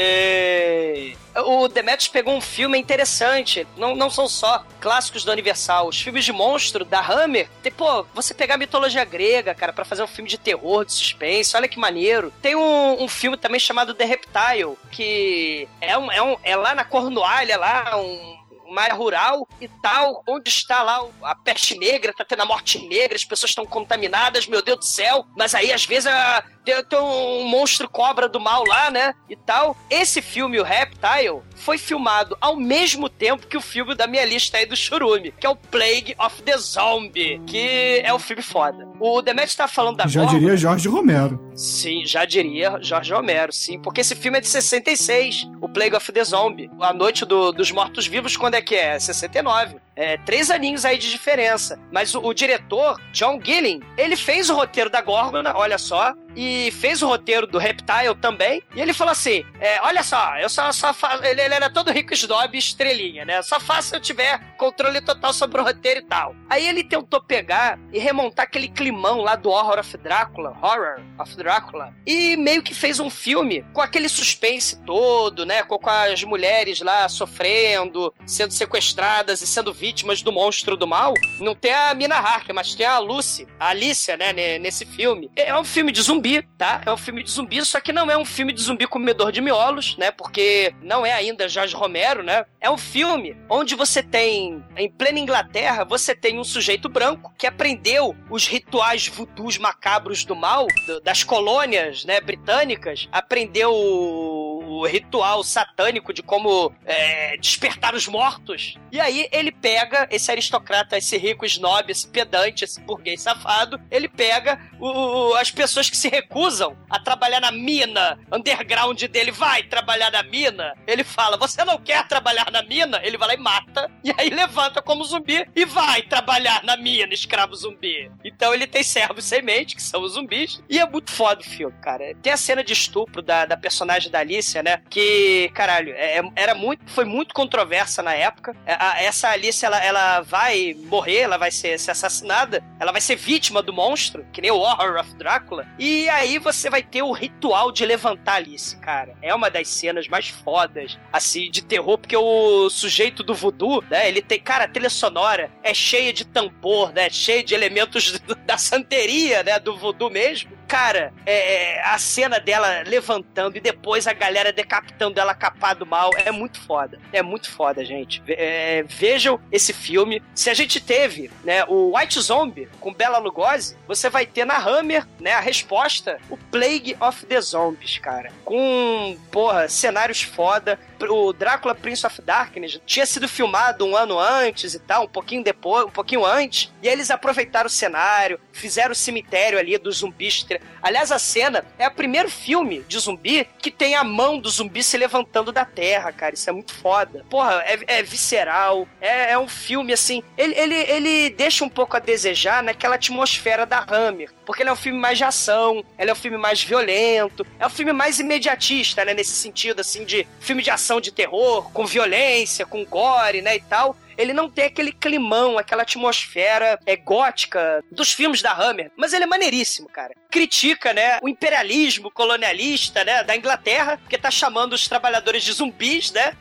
Sei. O Demetrius pegou um filme interessante. Não, não são só clássicos da Universal. Os filmes de monstro da Hammer. Tem, pô, você pegar a mitologia grega, cara, pra fazer um filme de terror, de suspense. Olha que maneiro. Tem um, um filme também chamado The Reptile, que é, um, é, um, é lá na Cornualha, lá um... uma área rural e tal, onde está lá a peste negra, tá tendo a morte negra, as pessoas estão contaminadas, meu Deus do céu, mas aí às vezes a, tem, tem um monstro cobra do mal lá, né, e tal. Esse filme, o Reptile, foi filmado ao mesmo tempo que o filme da minha lista aí do Churume, que é o Plague of the Zombie, que é um filme foda. O Demetrius tá falando da Já Gorgon, diria Jorge Romero. Sim, já diria Jorge Romero, sim, porque esse filme é de sessenta e seis, o Plague of the Zombie, A Noite do, dos Mortos-Vivos, quando é que é? sessenta e nove. É, três aninhos aí de diferença. Mas o, o diretor, John Gillen, ele fez o roteiro da Gorgona, olha só, e fez o roteiro do Reptile também, e ele falou assim, é, olha só, eu só, só faço, ele, ele era todo rico, snob, estrelinha, né, só faço se eu tiver controle total sobre o roteiro e tal. Aí ele tentou pegar e remontar aquele climão lá do Horror of Drácula, Horror of Drácula, e meio que fez um filme com aquele suspense todo, né, com, com as mulheres lá sofrendo, sendo sequestradas e sendo vítimas do monstro do mal. Não tem a Mina Harker, mas tem a Lucy, a Alicia, né, nesse filme. É um filme de zumbi, tá? É um filme de zumbi, só que não é um filme de zumbi comedor de miolos, né, porque não é ainda Jorge Romero, né? É um filme onde você tem, em plena Inglaterra, você tem um sujeito branco que aprendeu os rituais voodoos macabros do mal, das colônias, né, britânicas, aprendeu o ritual satânico de como é, despertar os mortos. E aí ele pega esse aristocrata, esse rico snob, esse pedante, esse burguês safado, ele pega o, as pessoas que se recusam a trabalhar na mina underground dele. Vai trabalhar na mina? Ele fala, você não quer trabalhar na mina? Ele vai lá e mata, e aí levanta como zumbi e vai trabalhar na mina, escravo zumbi. Então ele tem servos sem mente, que são os zumbis, e é muito foda o filme, cara. Tem a cena de estupro da, da personagem da Alicia, né, né? Que, caralho, é, era muito, foi muito controversa na época. A, essa Alice, ela, ela vai morrer, ela vai ser, ser assassinada, ela vai ser vítima do monstro, que nem o Horror of Drácula. E aí você vai ter o ritual de levantar a Alice, cara. É uma das cenas mais fodas, assim, de terror, porque o sujeito do voodoo, né, ele tem, cara, a trilha sonora é cheia de tambor, né, cheia de elementos da santeria, né, do voodoo mesmo. Cara, é, é, a cena dela levantando e depois a galera decapitando ela capaz do mal é muito foda. É muito foda, gente. É, vejam esse filme. Se a gente teve, né, o White Zombie com Bela Lugosi, você vai ter na Hammer, né, a resposta, o Plague of the Zombies, cara. Com, porra, cenários foda. O Drácula Prince of Darkness tinha sido filmado um ano antes e tal, um pouquinho depois, um pouquinho antes, e eles aproveitaram o cenário, fizeram o cemitério ali dos zumbis. Aliás, a cena é o primeiro filme de zumbi que tem a mão do zumbi se levantando da terra, cara. Isso é muito foda. Porra, é, é visceral, é, é um filme, assim, ele, ele, ele deixa um pouco a desejar naquela atmosfera da Hammer, porque ele é um filme mais de ação, ele é um filme mais violento, é um filme mais imediatista, né, nesse sentido, assim, de filme de ação de terror, com violência, com gore, né, e tal. Ele não tem aquele climão, aquela atmosfera é, gótica dos filmes da Hammer, mas ele é maneiríssimo, cara. Critica, né, o imperialismo colonialista, né, da Inglaterra, que tá chamando os trabalhadores de zumbis, né,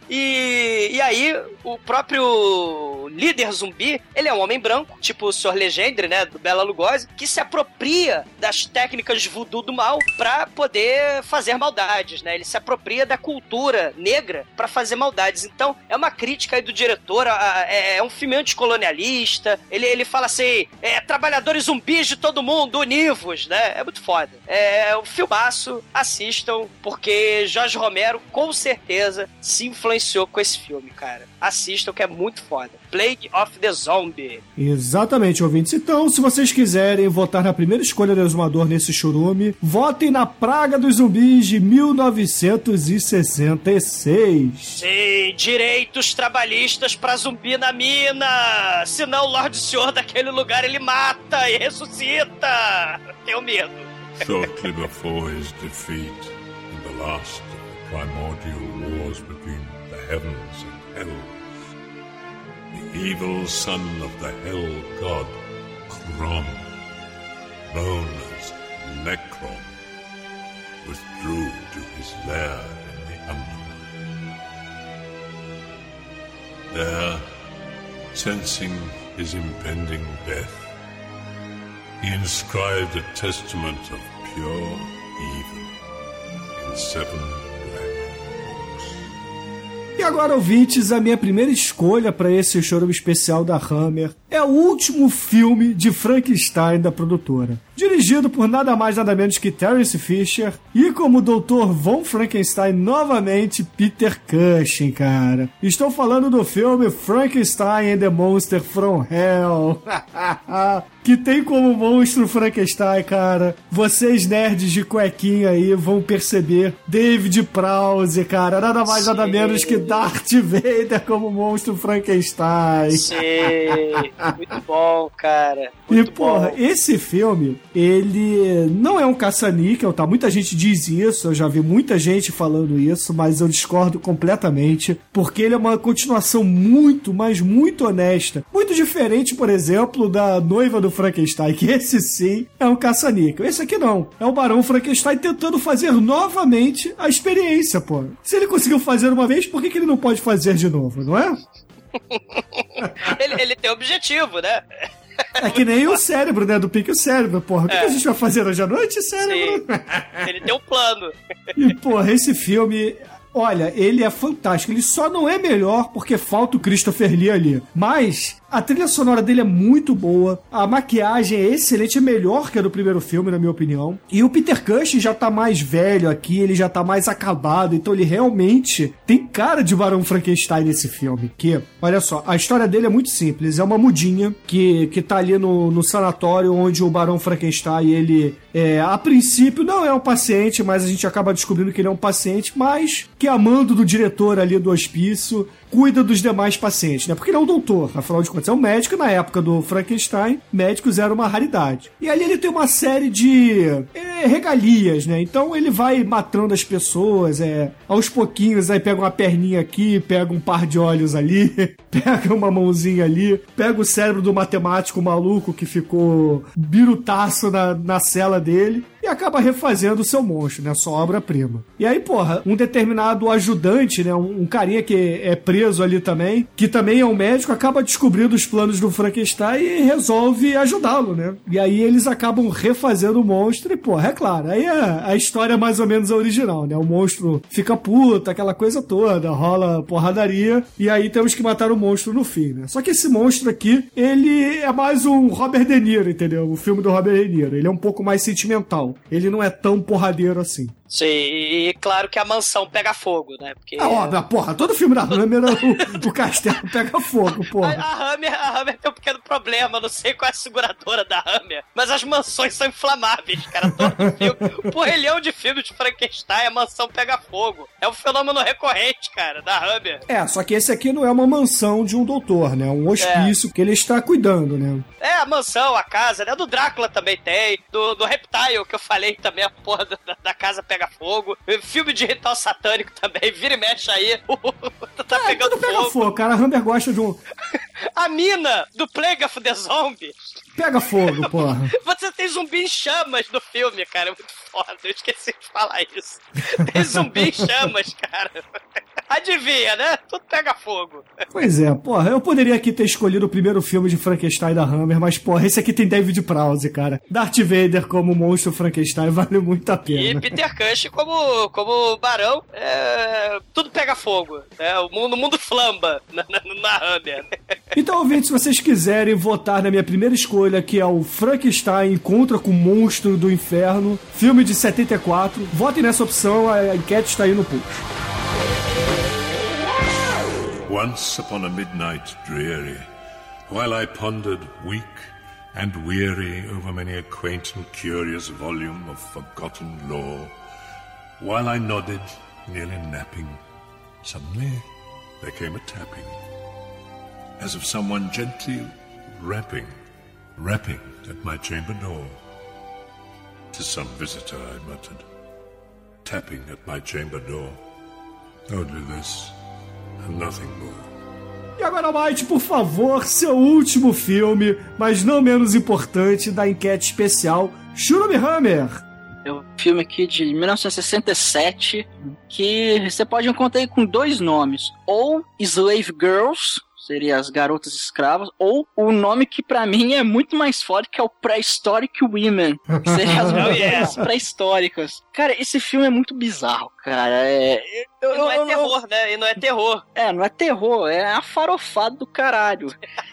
e, e aí o próprio líder zumbi, ele é um homem branco, tipo o senhor Legendre, né, do Bela Lugosi, que se apropria das técnicas de voodoo do mal pra poder fazer maldades, né, ele se apropria da cultura negra pra fazer maldades. Então, é uma crítica aí do diretor a, a É, é um filme anticolonialista. Ele, ele fala assim: é, trabalhadores zumbis de todo mundo, univos, né? É muito foda. É um filmaço, assistam, porque Jorge Romero, com certeza, se influenciou com esse filme, cara. Assistam, que é muito foda. Plague of the Zombie. Exatamente, ouvintes. Então, se vocês quiserem votar na primeira escolha do Exumador nesse churume, votem na Praga dos Zumbis de mil novecentos e sessenta e seis. Sim, direitos trabalhistas pra zumbi na mina. Senão o Lorde Senhor daquele lugar ele mata e ressuscita. Tenho medo. Shortly before his defeat in the last of the primordial wars between the heavens and hell, the evil son of the hell god Kron, known as Necron, withdrew to his lair in the underworld. There, sensing his impending death, he inscribed a testament of pure evil in seven black books. E agora, ouvintes, a minha primeira escolha para esse chorume especial da Hammer é o último filme de Frankenstein da produtora. Dirigido por nada mais nada menos que Terence Fisher e como doutor Von Frankenstein novamente Peter Cushing, cara. Estou falando do filme Frankenstein and the Monster from Hell. Que tem como monstro Frankenstein, cara. Vocês nerds de cuequinha aí vão perceber David Prowse, cara. Nada mais Sim. nada menos que Darth Vader como monstro Frankenstein. Sim. Muito bom, cara. Muito e, porra, bom. Esse filme, ele não é um caça-níquel, tá? Muita gente diz isso, eu já vi muita gente falando isso, mas eu discordo completamente, porque ele é uma continuação muito, mas muito honesta. Muito diferente, por exemplo, da Noiva do Frankenstein, que esse sim é um caça-níquel. Esse aqui não. É o Barão Frankenstein tentando fazer novamente a experiência, pô. Se ele conseguiu fazer uma vez, por que, que ele não pode fazer de novo, não é? ele, ele tem objetivo, né? É que nem o cérebro, né? Do Pique o cérebro, porra. O que, é. que a gente vai fazer hoje à noite? Cérebro. Sim. Ele tem um plano. E, porra, esse filme... Olha, ele é fantástico. Ele só não é melhor porque falta o Christopher Lee ali. Mas a trilha sonora dele é muito boa. A maquiagem é excelente. É melhor que a do primeiro filme, na minha opinião. E o Peter Cushing já tá mais velho aqui. Ele já tá mais acabado. Então ele realmente tem cara de Barão Frankenstein nesse filme. Que, olha só, a história dele é muito simples. É uma mudinha que, que tá ali no, no sanatório onde o Barão Frankenstein, ele... É, a princípio não é um paciente, mas a gente acaba descobrindo que ele é um paciente, mas que amando do diretor ali do hospício, cuida dos demais pacientes, né? Porque ele é um doutor, afinal de contas, é um médico. Na época do Frankenstein, médicos eram uma raridade. E ali ele tem uma série de... É, ter regalias, né? Então ele vai matando as pessoas, é, aos pouquinhos, aí pega uma perninha aqui, pega um par de olhos ali, pega uma mãozinha ali, pega o cérebro do matemático maluco que ficou birutaço na, na cela dele e acaba refazendo o seu monstro, né? Sua obra-prima. E aí, porra, um determinado ajudante, né? Um, um carinha que é preso ali também, que também é um médico, acaba descobrindo os planos do Frankenstein e resolve ajudá-lo, né? E aí eles acabam refazendo o monstro e, porra, é claro, aí a, a história é mais ou menos a original, né? O monstro fica puto, aquela coisa toda, rola porradaria, e aí temos que matar o monstro no fim, né? Só que esse monstro aqui, ele é mais um Robert De Niro, entendeu? O filme do Robert De Niro. Ele é um pouco mais sentimental. Ele não é tão porradeiro assim. Sim, e claro que a mansão pega fogo, né? Porque... Ah, óbvio, porra, todo filme da Hammer, o, o castelo pega fogo, porra. A, a, Hammer, a Hammer tem um pequeno problema, não sei qual é a seguradora da Hammer, mas as mansões são inflamáveis, cara. Todo filme, o porrelhão de filme de Frankenstein, a mansão pega fogo. É um fenômeno recorrente, cara, da Hammer. É, só que esse aqui não é uma mansão de um doutor, né? Um hospício é. que ele está cuidando, né? É, a mansão, a casa, né? Do Drácula também tem, do, do Reptile, que eu falei também, a porra da, da casa pega fogo. Filme de ritual satânico também, vira e mexe aí. Tá ah, pegando pega fogo. fogo, cara. A Hammer gosta de um... A mina do Plague of the Zombie. Pega fogo, porra. Você tem zumbi em chamas no filme, cara. É muito foda. Eu esqueci de falar isso. Tem zumbi em chamas, cara. Adivinha, né? Tudo pega fogo. Pois é, porra. Eu poderia aqui ter escolhido o primeiro filme de Frankenstein da Hammer, mas, porra, esse aqui tem David Prowse, cara. Darth Vader como monstro Frankenstein vale muito a pena. E Peter Cushing como, como barão. É... Tudo pega fogo. Né? O mundo, o mundo flamba na, na, na Hammer. Então, ouvintes, se vocês quiserem votar na minha primeira escolha, que é o Frankenstein Encontra com o Monstro do Inferno, filme de setenta e quatro, votem nessa opção, a enquete está aí no post. Once upon a midnight dreary, while I pondered weak and weary over many a quaint and curious volume of forgotten lore, while I nodded, nearly napping, suddenly there came a tapping, as of someone gently rapping, rapping at my chamber door. "'Tis some visitor," I muttered, tapping at my chamber door. Only this, and nothing more. E agora, Mike, por favor, seu último filme, mas não menos importante, da enquete especial Churume Hammer. É um filme aqui de mil novecentos e sessenta e sete que você pode encontrar aí com dois nomes. Ou Slave Girls, seria as garotas escravas, ou o nome que pra mim é muito mais forte, que é o Prehistoric Women, que seria as mulheres pré-históricas. Cara, esse filme é muito bizarro, cara. É... Eu, e não eu, é terror, eu... né? E não é terror. É, não é terror, é a farofada do caralho.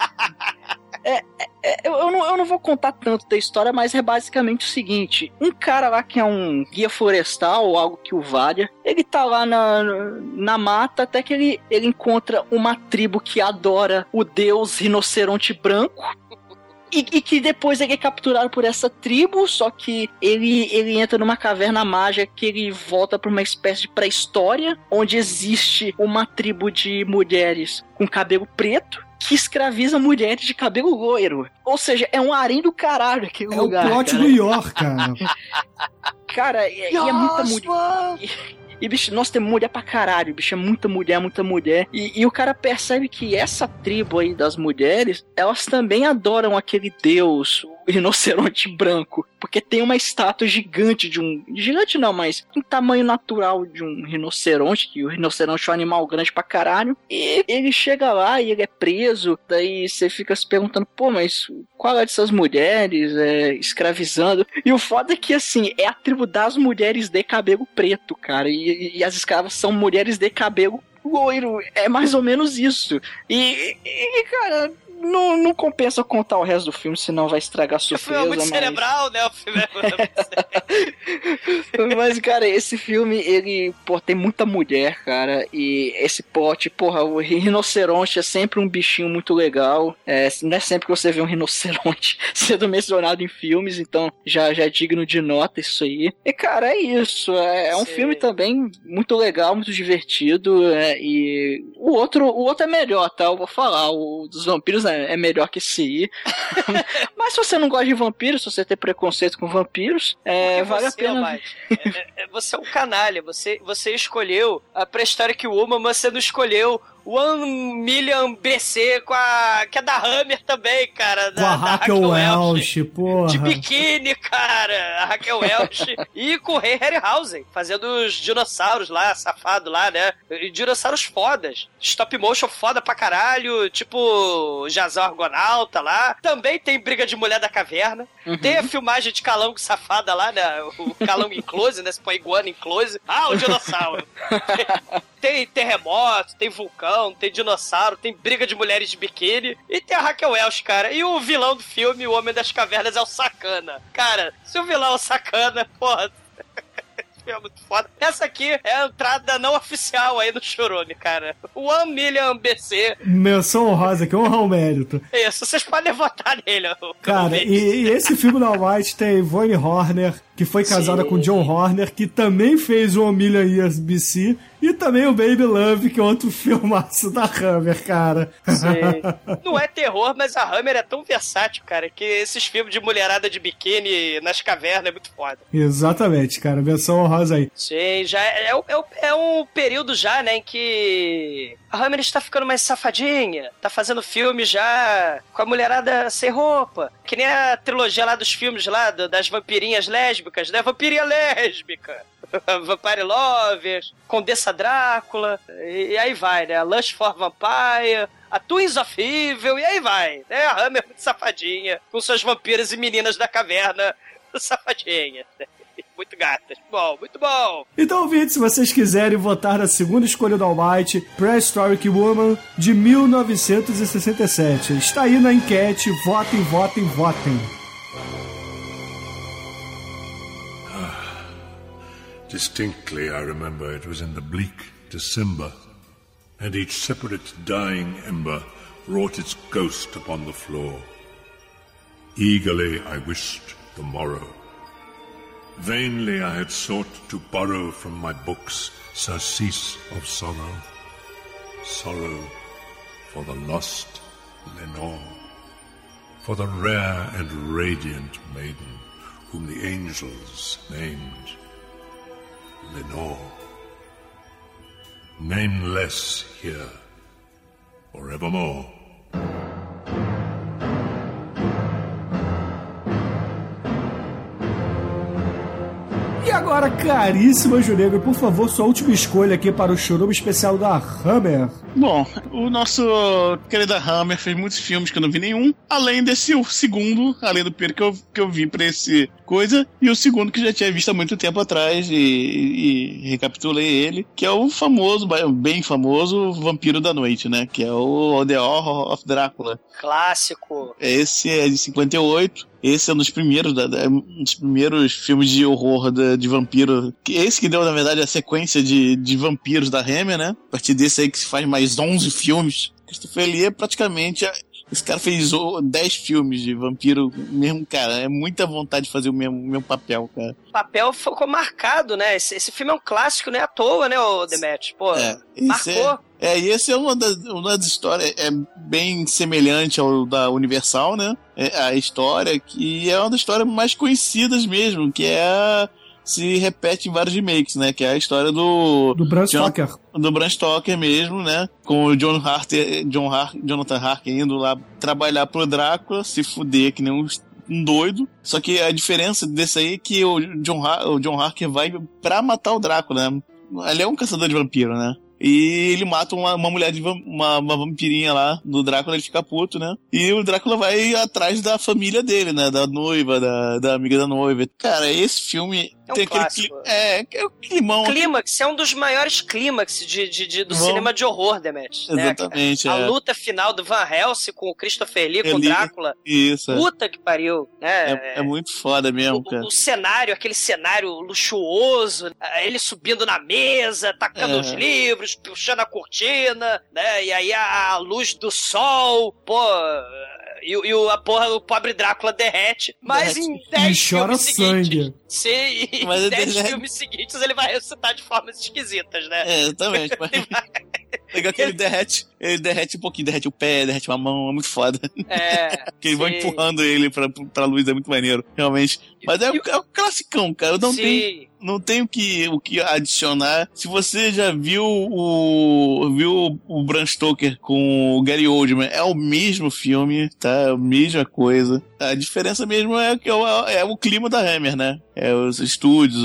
É, é, eu, eu, não, eu não vou contar tanto da história, mas é basicamente o seguinte: um cara lá que é um guia florestal ou algo que o valha, ele tá lá na, na mata até que ele, ele encontra uma tribo que adora o deus rinoceronte branco. E, e que depois ele é capturado por essa tribo, só que ele, ele entra numa caverna mágica que ele volta pra uma espécie de pré-história, onde existe uma tribo de mulheres com cabelo preto que escraviza mulheres de cabelo loiro. Ou seja, é um harém do caralho aquele é lugar. É o plot cara. do York, cara. Cara, e, e é muita mulher. E, bicho, nossa, tem mulher pra caralho, bicho, é muita mulher, muita mulher. E, e o cara percebe que essa tribo aí das mulheres, elas também adoram aquele deus, o rinoceronte branco. Porque tem uma estátua gigante de um... Gigante não, mas um tamanho natural de um rinoceronte, que o rinoceronte é um animal grande pra caralho. E ele chega lá e ele é preso, daí você fica se perguntando, pô, mas qual é dessas mulheres é, escravizando? E o foda é que, assim, é a tribo das mulheres de cabelo preto, cara. E E, e as escravas são mulheres de cabelo loiro. É mais ou menos isso. E, e cara, não, não compensa contar o resto do filme, senão vai estragar a surpresa. O filme é muito mas... cerebral, né? O filme é... Mas, cara, esse filme, ele, pô, tem muita mulher, cara. E esse pote, porra, o rinoceronte é sempre um bichinho muito legal. É, não é sempre que você vê um rinoceronte sendo mencionado em filmes, então já, já é digno de nota isso aí. E, cara, é isso. É, é um Sim. filme também muito legal, muito divertido. É, e o outro, o outro é melhor, tá? Eu vou falar. O dos vampiros certeza é melhor que esse aí. Mas se você não gosta de vampiros, se você tem preconceito com vampiros, é, vale você, a pena. Mike, é, é, você é um canalha. Você, você escolheu a Prehistoric Woman, mas você não escolheu One Million B C com a... que é da Hammer também, cara. Da, com a da Raquel Welch, porra. De biquíni, cara. A Raquel Welch. E com o Ray Harryhausen, fazendo os dinossauros lá, safado lá, né? E dinossauros fodas. Stop motion foda pra caralho. Tipo Jazão Argonauta lá. Também tem Briga de Mulher da Caverna. Uhum. Tem a filmagem de Calango safada lá, né? O Calango em close, né? Se põe iguana em close. Ah, o dinossauro. Tem terremoto, tem vulcão, tem dinossauro, tem briga de mulheres de biquíni e tem a Raquel Welch, cara. E o vilão do filme, o Homem das Cavernas, é o Sacana. Cara, se o vilão é o Sacana, porra... é muito foda. Essa aqui é a entrada não oficial aí no Chorume, cara. One Million B C. Menção honrosa, que honra ao mérito. Isso, vocês podem votar nele. Cara, e, e esse filme da White tem Yvonne Horner, que foi casada Sim. com John Horner, que também fez o One Million Years B C, e também o Baby Love, que é outro filmaço da Hammer, cara. Sim. Não é terror, mas a Hammer é tão versátil, cara, que esses filmes de mulherada de biquíni nas cavernas é muito foda. Exatamente, cara. Menção honrosa aí. Sim, já é, é, é um período já, né, em que a Hammer está ficando mais safadinha, tá fazendo filme já com a mulherada sem roupa, que nem a trilogia lá dos filmes lá, do, das vampirinhas lésbicas, né, vampirinha lésbica, Vampire Lovers, Condessa Drácula, e, e aí vai, né, Lust for Vampire, a Twins of Evil, e aí vai, né, a Hammer muito safadinha, com suas vampiras e meninas da caverna safadinha, né? Muito gatas. Bom, muito bom. Então, ouvintes, se vocês quiserem votar na segunda escolha do Almighty, Prehistoric Woman, de mil novecentos e sessenta e sete. Está aí na enquete. Votem, votem, votem. Distinctly, I remember it was in the bleak December, and each separate dying ember wrought its ghost upon the floor. Eagerly I wished the morrow. Vainly I had sought to borrow from my books surcease of sorrow, sorrow for the lost Lenore, for the rare and radiant maiden whom the angels named Lenore, nameless here forevermore. E agora, caríssima Junegro, por favor, sua última escolha aqui para o Chorume especial da Hammer. Bom, o nosso querida Hammer fez muitos filmes que eu não vi nenhum, além desse o segundo, além do primeiro que eu, que eu vi pra esse coisa, e o segundo que já tinha visto há muito tempo atrás, e, e recapitulei ele, que é o famoso, bem famoso Vampiro da Noite, né? Que é o The Horror of Drácula. Clássico. Esse é de cinquenta e oito. Esse é um dos primeiros, um dos primeiros filmes de horror de, de vampiro. Esse que deu, na verdade, a sequência de, de vampiros da Hammer, né? A partir desse aí que se faz mais onze filmes. Christopher Lee é praticamente... Esse cara fez dez filmes de vampiro mesmo, cara. É muita vontade de fazer o mesmo, o mesmo papel, cara. O papel ficou marcado, né? Esse, esse filme é um clássico, não é à toa, né, o Demet? Pô, é, marcou. É, é, e esse é uma das, uma das histórias, é bem semelhante ao da Universal, né? É a história, que é uma das histórias mais conhecidas mesmo, que é a... se repete em vários remakes, né? Que é a história do... Do Bram Stoker. Do Bram Stoker mesmo, né? Com o John Harter, John Har, Jonathan Harker indo lá trabalhar pro Drácula, se fuder que nem um, um doido. Só que a diferença desse aí é que o John, Har, o John Harker vai pra matar o Drácula, né? Ele é um caçador de vampiro, né? E ele mata uma, uma mulher de uma, uma vampirinha lá do Drácula, ele fica puto, né? E o Drácula vai atrás da família dele, né? Da noiva, da, da amiga da noiva. Cara, esse filme é um tem clássico. aquele é, é o climão. Clímax, é um dos maiores clímax de, de, de, do Bom, cinema de horror, Demet. Exatamente. Né? É. A luta final do Van Helsing com o Christopher Lee, com o Drácula. Isso. Puta que pariu. Né? É, é muito foda mesmo, o, cara. O, o cenário, aquele cenário luxuoso, ele subindo na mesa, tacando é. os livros, puxando a cortina, né? E aí a, a luz do sol, pô... E, e o, a porra, o pobre Drácula derrete. Mas derrete. Em dez filmes seguintes... Sim, em mas dez filmes seguintes ele vai ressuscitar de formas esquisitas, né? É, exatamente. Mas... Legal que ele derrete, ele derrete um pouquinho, derrete o pé, derrete uma mão, é muito foda. É. Que eles vão empurrando ele pra, pra luz, é muito maneiro, realmente. Mas é, é um classicão, cara. Não Sim. tem, não tem o que, o que adicionar. Se você já viu o viu o Bram Stoker com o Gary Oldman, é o mesmo filme, tá? É a mesma coisa. A diferença mesmo é que é o, é o clima da Hammer, né? É os estúdios,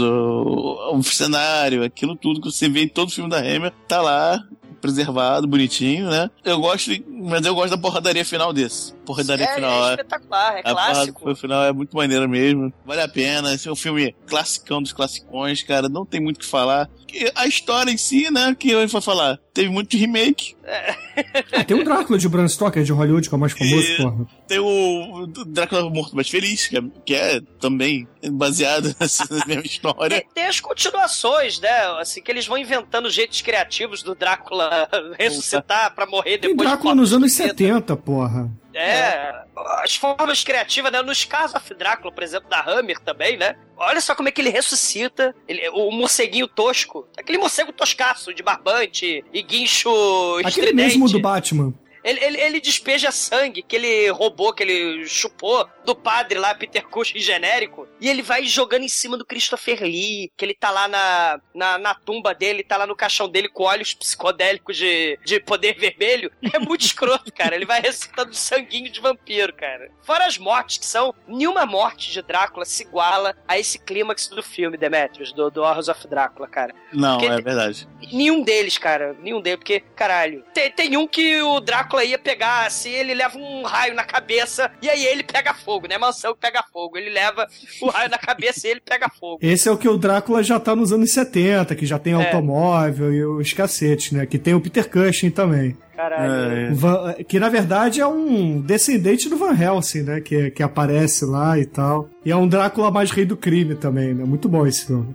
o, o cenário, aquilo tudo que você vê em todo filme da Hammer, tá lá, preservado, bonitinho, né? Eu gosto, mas eu gosto da porradaria final desse. Porradaria é, final. É espetacular, é a clássico. No final é muito maneiro mesmo. Vale a pena. Esse é um filme classicão dos classicões, cara. Não tem muito o que falar. A história em si, né? Que a gente vai falar. Teve muito de remake. É. Ah, tem o Drácula de Bram Stoker de Hollywood, que é o mais famoso, E porra. Tem o Drácula Morto Mais Feliz, que é, que é também baseado nessa mesma história. Tem, tem as continuações, né? Assim, que eles vão inventando jeitos criativos do Drácula ressuscitar pra morrer Tem depois. Drácula de nos anos setenta. setenta, porra. É, as formas criativas, né? Nos casos of Drácula, por exemplo, da Hammer também, né? Olha só como é que ele ressuscita. Ele, o morceguinho tosco. Aquele morcego toscaço, de barbante e guincho Aquele estridente. mesmo do Batman. Ele, ele, ele despeja sangue que ele roubou, que ele chupou do padre lá, Peter Cushing genérico, e ele vai jogando em cima do Christopher Lee, que ele tá lá na, na, na tumba dele, tá lá no caixão dele com olhos psicodélicos de, de poder vermelho. É muito escroto, cara. Ele vai recitando sanguinho de vampiro, cara. Fora as mortes, que são... Nenhuma morte de Drácula se iguala a esse clímax do filme, Demetrius, do, do Horrors of Drácula, cara. Não, Porque é verdade. Nenhum deles, cara. Nenhum deles, porque, caralho, tem, tem um que o Drácula ia pegar, assim, ele leva um raio na cabeça e aí ele pega fogo, né? Mansão que pega fogo. Ele leva o raio na cabeça e ele pega fogo. Esse é o que o Drácula já tá nos anos setenta, que já tem É. automóvel e os cacetes, né? Que tem o Peter Cushing também. Caralho. É. O Van- que na verdade é um descendente do Van Helsing, né? Que, que aparece lá e tal. E é um Drácula mais rei do crime também, né? Muito bom esse filme.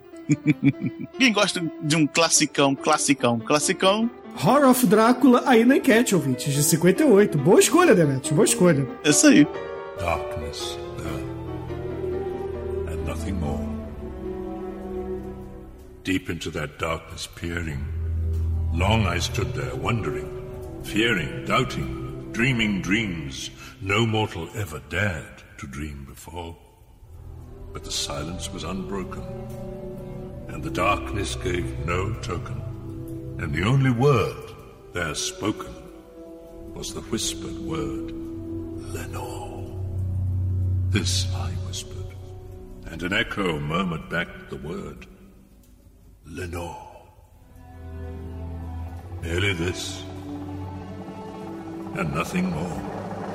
Quem gosta de um classicão, classicão, classicão, Horror of Drácula aí na enquete, ouvintes, de cinquenta e oito. Boa escolha, Demet, boa escolha. é isso aí. Darkness there, and nothing more. Deep into that darkness peering, long I stood there wondering, fearing, doubting, dreaming dreams no mortal ever dared to dream before. But the silence was unbroken, and the darkness gave no token, and the only word there spoken was the whispered word, Lenore. This I whispered, and an echo murmured back the word, Lenore. Merely this, and nothing more.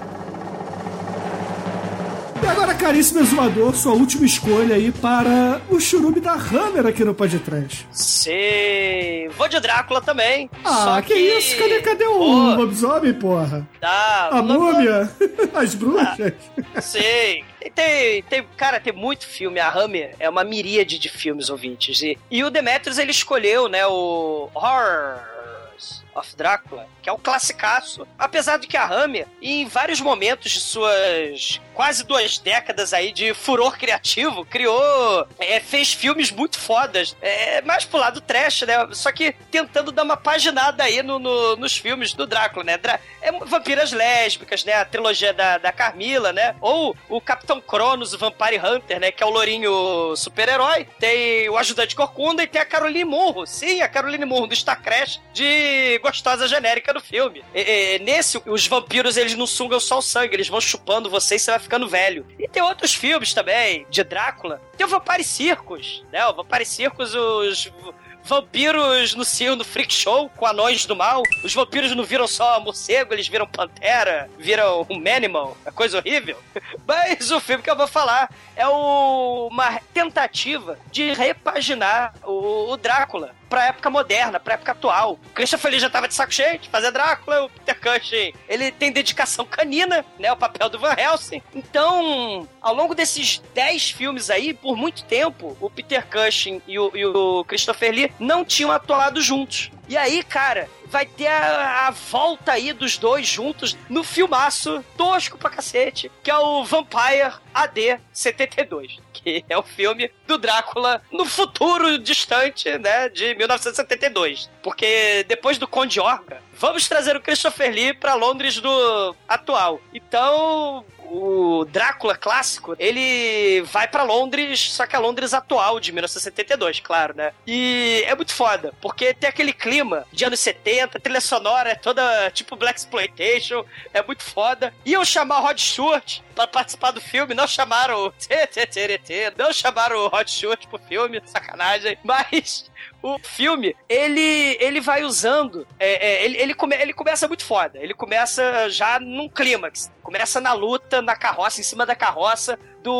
E agora, caríssimo exumador, sua última escolha aí para o churume da Hammer aqui no Podcast. Sim. Vou de Drácula também. Ah, só que, que isso? Cadê, cadê o Pô, lobisomem, porra? Tá, A múmia? As bruxas? Sei. Tem, tem, cara, tem muito filme. A Hammer é uma miríade de filmes, ouvintes. E, e o Demetrius, ele escolheu, né, o Horrors of Drácula, que é um classicaço. Apesar de que a Hammer, em vários momentos de suas quase duas décadas aí de furor criativo, criou, é, fez filmes muito fodas, é, mais pro lado trash, né? Só que tentando dar uma paginada aí no, no, nos filmes do Drácula, né? Drá é Vampiras Lésbicas, né? A trilogia da, da Carmila, né? Ou o Capitão Cronos, o Vampire Hunter, né? Que é o lourinho super-herói. Tem o Ajudante Corcunda e tem a Caroline Munro. Sim, a Caroline Munro do Star Crash de gostosa genérica do filme. E, e, nesse, os vampiros, eles não sugam só o sangue, eles vão chupando você e você vai ficando velho. E tem outros filmes também, de Drácula. Tem o Vampire Circus, né? O Vampire Circus, os vampiros no circo, no freak show, com anões do mal. Os vampiros não viram só morcego, eles viram pantera, viram um manimal, é coisa horrível. Mas o filme que eu vou falar é o, uma tentativa de repaginar o, o Drácula pra época moderna, pra época atual. O Christopher Lee já tava de saco cheio de fazer Drácula, o Peter Cushing, ele tem dedicação canina, né, o papel do Van Helsing. Então, ao longo desses dez filmes aí, por muito tempo, o Peter Cushing e o, e o Christopher Lee não tinham atuado juntos. E aí, cara, vai ter a, a volta aí dos dois juntos no filmaço tosco pra cacete, que é o Vampire A D setenta e dois. que é o filme do Drácula no futuro distante, né, de mil novecentos e setenta e dois. Porque depois do Conde Orga, vamos trazer o Christopher Lee pra Londres do atual. Então, o Drácula clássico, ele vai pra Londres, só que a Londres atual, de mil novecentos e setenta e dois, claro, né? E é muito foda, porque tem aquele clima de anos setenta, a trilha sonora é toda tipo Blaxploitation, é muito foda. Iam chamar o Rod Stewart pra participar do filme, não chamaram o não chamaram o Rod Stewart pro filme, sacanagem, mas o filme, ele, ele vai usando, é, é, ele, ele, come, ele começa muito foda, ele começa já num clímax, começa na luta, na carroça, em cima da carroça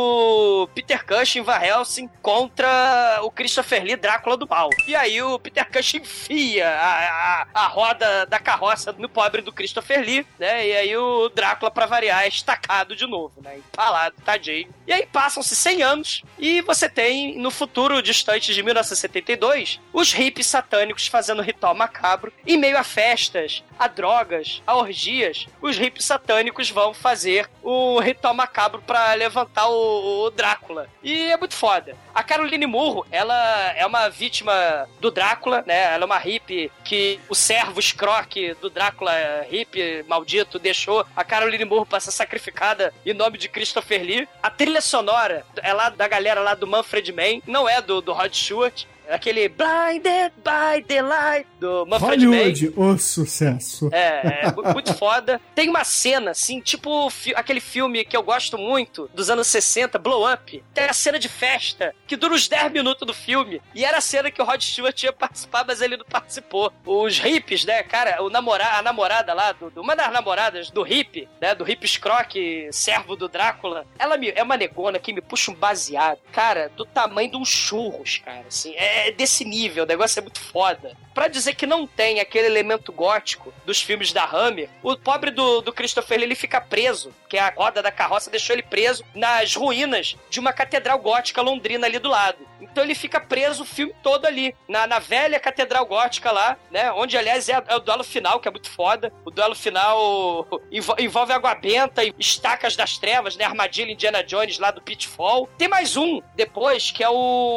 do Peter Cushing, Van Helsing, contra o Christopher Lee, Drácula do Mal. E aí o Peter Cushing enfia a, a, a roda da carroça no pobre do Christopher Lee, né? E aí o Drácula, pra variar, é estacado de novo, né? Empalado, tadinho. E aí passam-se cem anos e você tem, no futuro distante de mil novecentos e setenta e dois, os hippies satânicos fazendo ritual macabro. Em meio a festas, a drogas, a orgias, os hippies satânicos vão fazer o ritual macabro pra levantar o o Drácula. E é muito foda. A Caroline Munro, ela é uma vítima do Drácula, né? Ela é uma hippie que o servo escroque do Drácula, hippie maldito, deixou a Caroline Munro pra ser sacrificada em nome de Christopher Lee. A trilha sonora é lá da galera lá do Manfred Mann, não é do, do Rod Stewart. Aquele Blinded by the Light do Manfred Mann. Hollywood, o sucesso. É, é muito foda. Tem uma cena, assim, tipo fi- aquele filme que eu gosto muito, dos anos sessenta, Blow Up. Tem a cena de festa, que dura uns dez minutos do filme. E era a cena que o Rod Stewart ia participar, mas ele não participou. Os hippies, né, cara, o namora- a namorada lá, do, do, uma das namoradas do hippie, né, do hippie scroque, servo do Drácula, ela me, é uma negona que me puxa um baseado, cara, do tamanho de um churros, cara, assim, é desse nível, o negócio é muito foda. Pra dizer que não tem aquele elemento gótico dos filmes da Hammer, o pobre do, do Christopher Lee, ele fica preso, porque a roda da carroça deixou ele preso nas ruínas de uma catedral gótica londrina ali do lado. Então ele fica preso o filme todo ali, na, na velha catedral gótica lá, né, onde aliás é, é o duelo final, que é muito foda. O duelo final envo, envolve água benta e estacas das trevas, né, armadilha Indiana Jones lá do Pitfall. Tem mais um depois, que é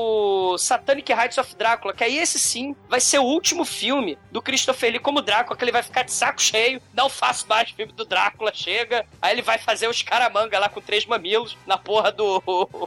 o Satanic Rites of Drácula, que aí esse sim vai ser o último filme do Christopher Lee como Drácula, que ele vai ficar de saco cheio, não faço mais filme do Drácula, chega, aí ele vai fazer os caramanga lá com três mamilos na porra do...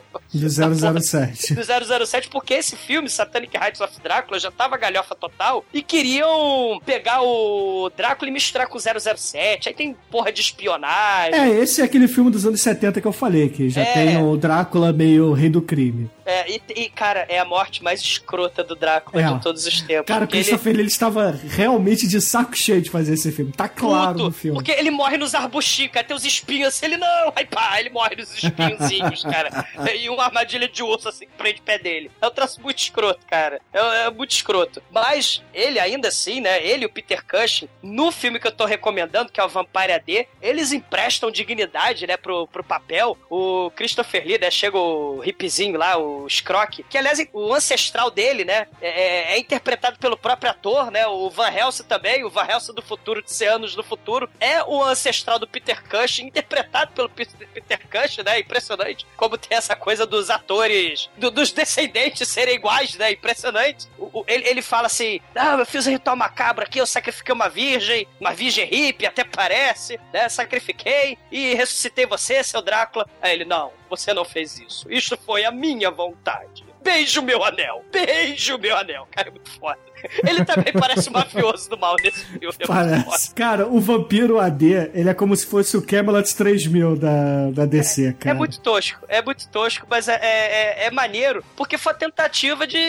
Do zero zero sete. Do zero zero sete, porque esse filme, Satanic Rites of Drácula, já tava galhofa total, e queriam pegar o Drácula e misturar com o zero zero sete, aí tem porra de espionagem. É, esse é aquele filme dos anos setenta que eu falei, que já é. tem o Drácula meio rei do crime. É, e, e, cara, é a morte mais escrota do Drácula É. de todos os tempos. Cara, o Christopher Lee ele... estava realmente de saco cheio de fazer esse filme. Tá claro Puto, no filme. Porque ele morre nos arbustinhos, cara, tem os espinhos assim, ele não, aí pá, ele morre nos espinhozinhos, cara. E uma armadilha de osso assim que prende o pé dele. É um troço muito escroto, cara. É, é muito escroto. Mas ele ainda assim, né, ele e o Peter Cushing, no filme que eu tô recomendando, que é o Vampire A D, eles emprestam dignidade, né, pro, pro papel. O Christopher Lee, né, chega o hippiezinho lá, o Scroque, que aliás o ancestral dele, né, é, é interpretado pelo próprio ator, né, o Van Helsing também, o Van Helsing do futuro, de cem anos no futuro, é o ancestral do Peter Cushing, interpretado pelo Peter Cushing, né, impressionante como tem essa coisa dos atores, do, dos descendentes serem iguais, né, impressionante. O, o, ele, ele fala assim, ah, eu fiz um ritual macabro aqui, eu sacrifiquei uma virgem, uma virgem hippie, até parece, né, sacrifiquei e ressuscitei você, seu Drácula. Aí ele, não, você não fez isso, isso foi a minha vontade. Beijo meu anel, beijo meu anel. Cara, é muito foda. Ele também parece um mafioso do mal nesse filme. É parece. Cara, o Vampiro A D, ele é como se fosse o Camelot três mil da, da D C, é, cara. É muito tosco, é muito tosco, mas é, é, é maneiro, porque foi a tentativa de,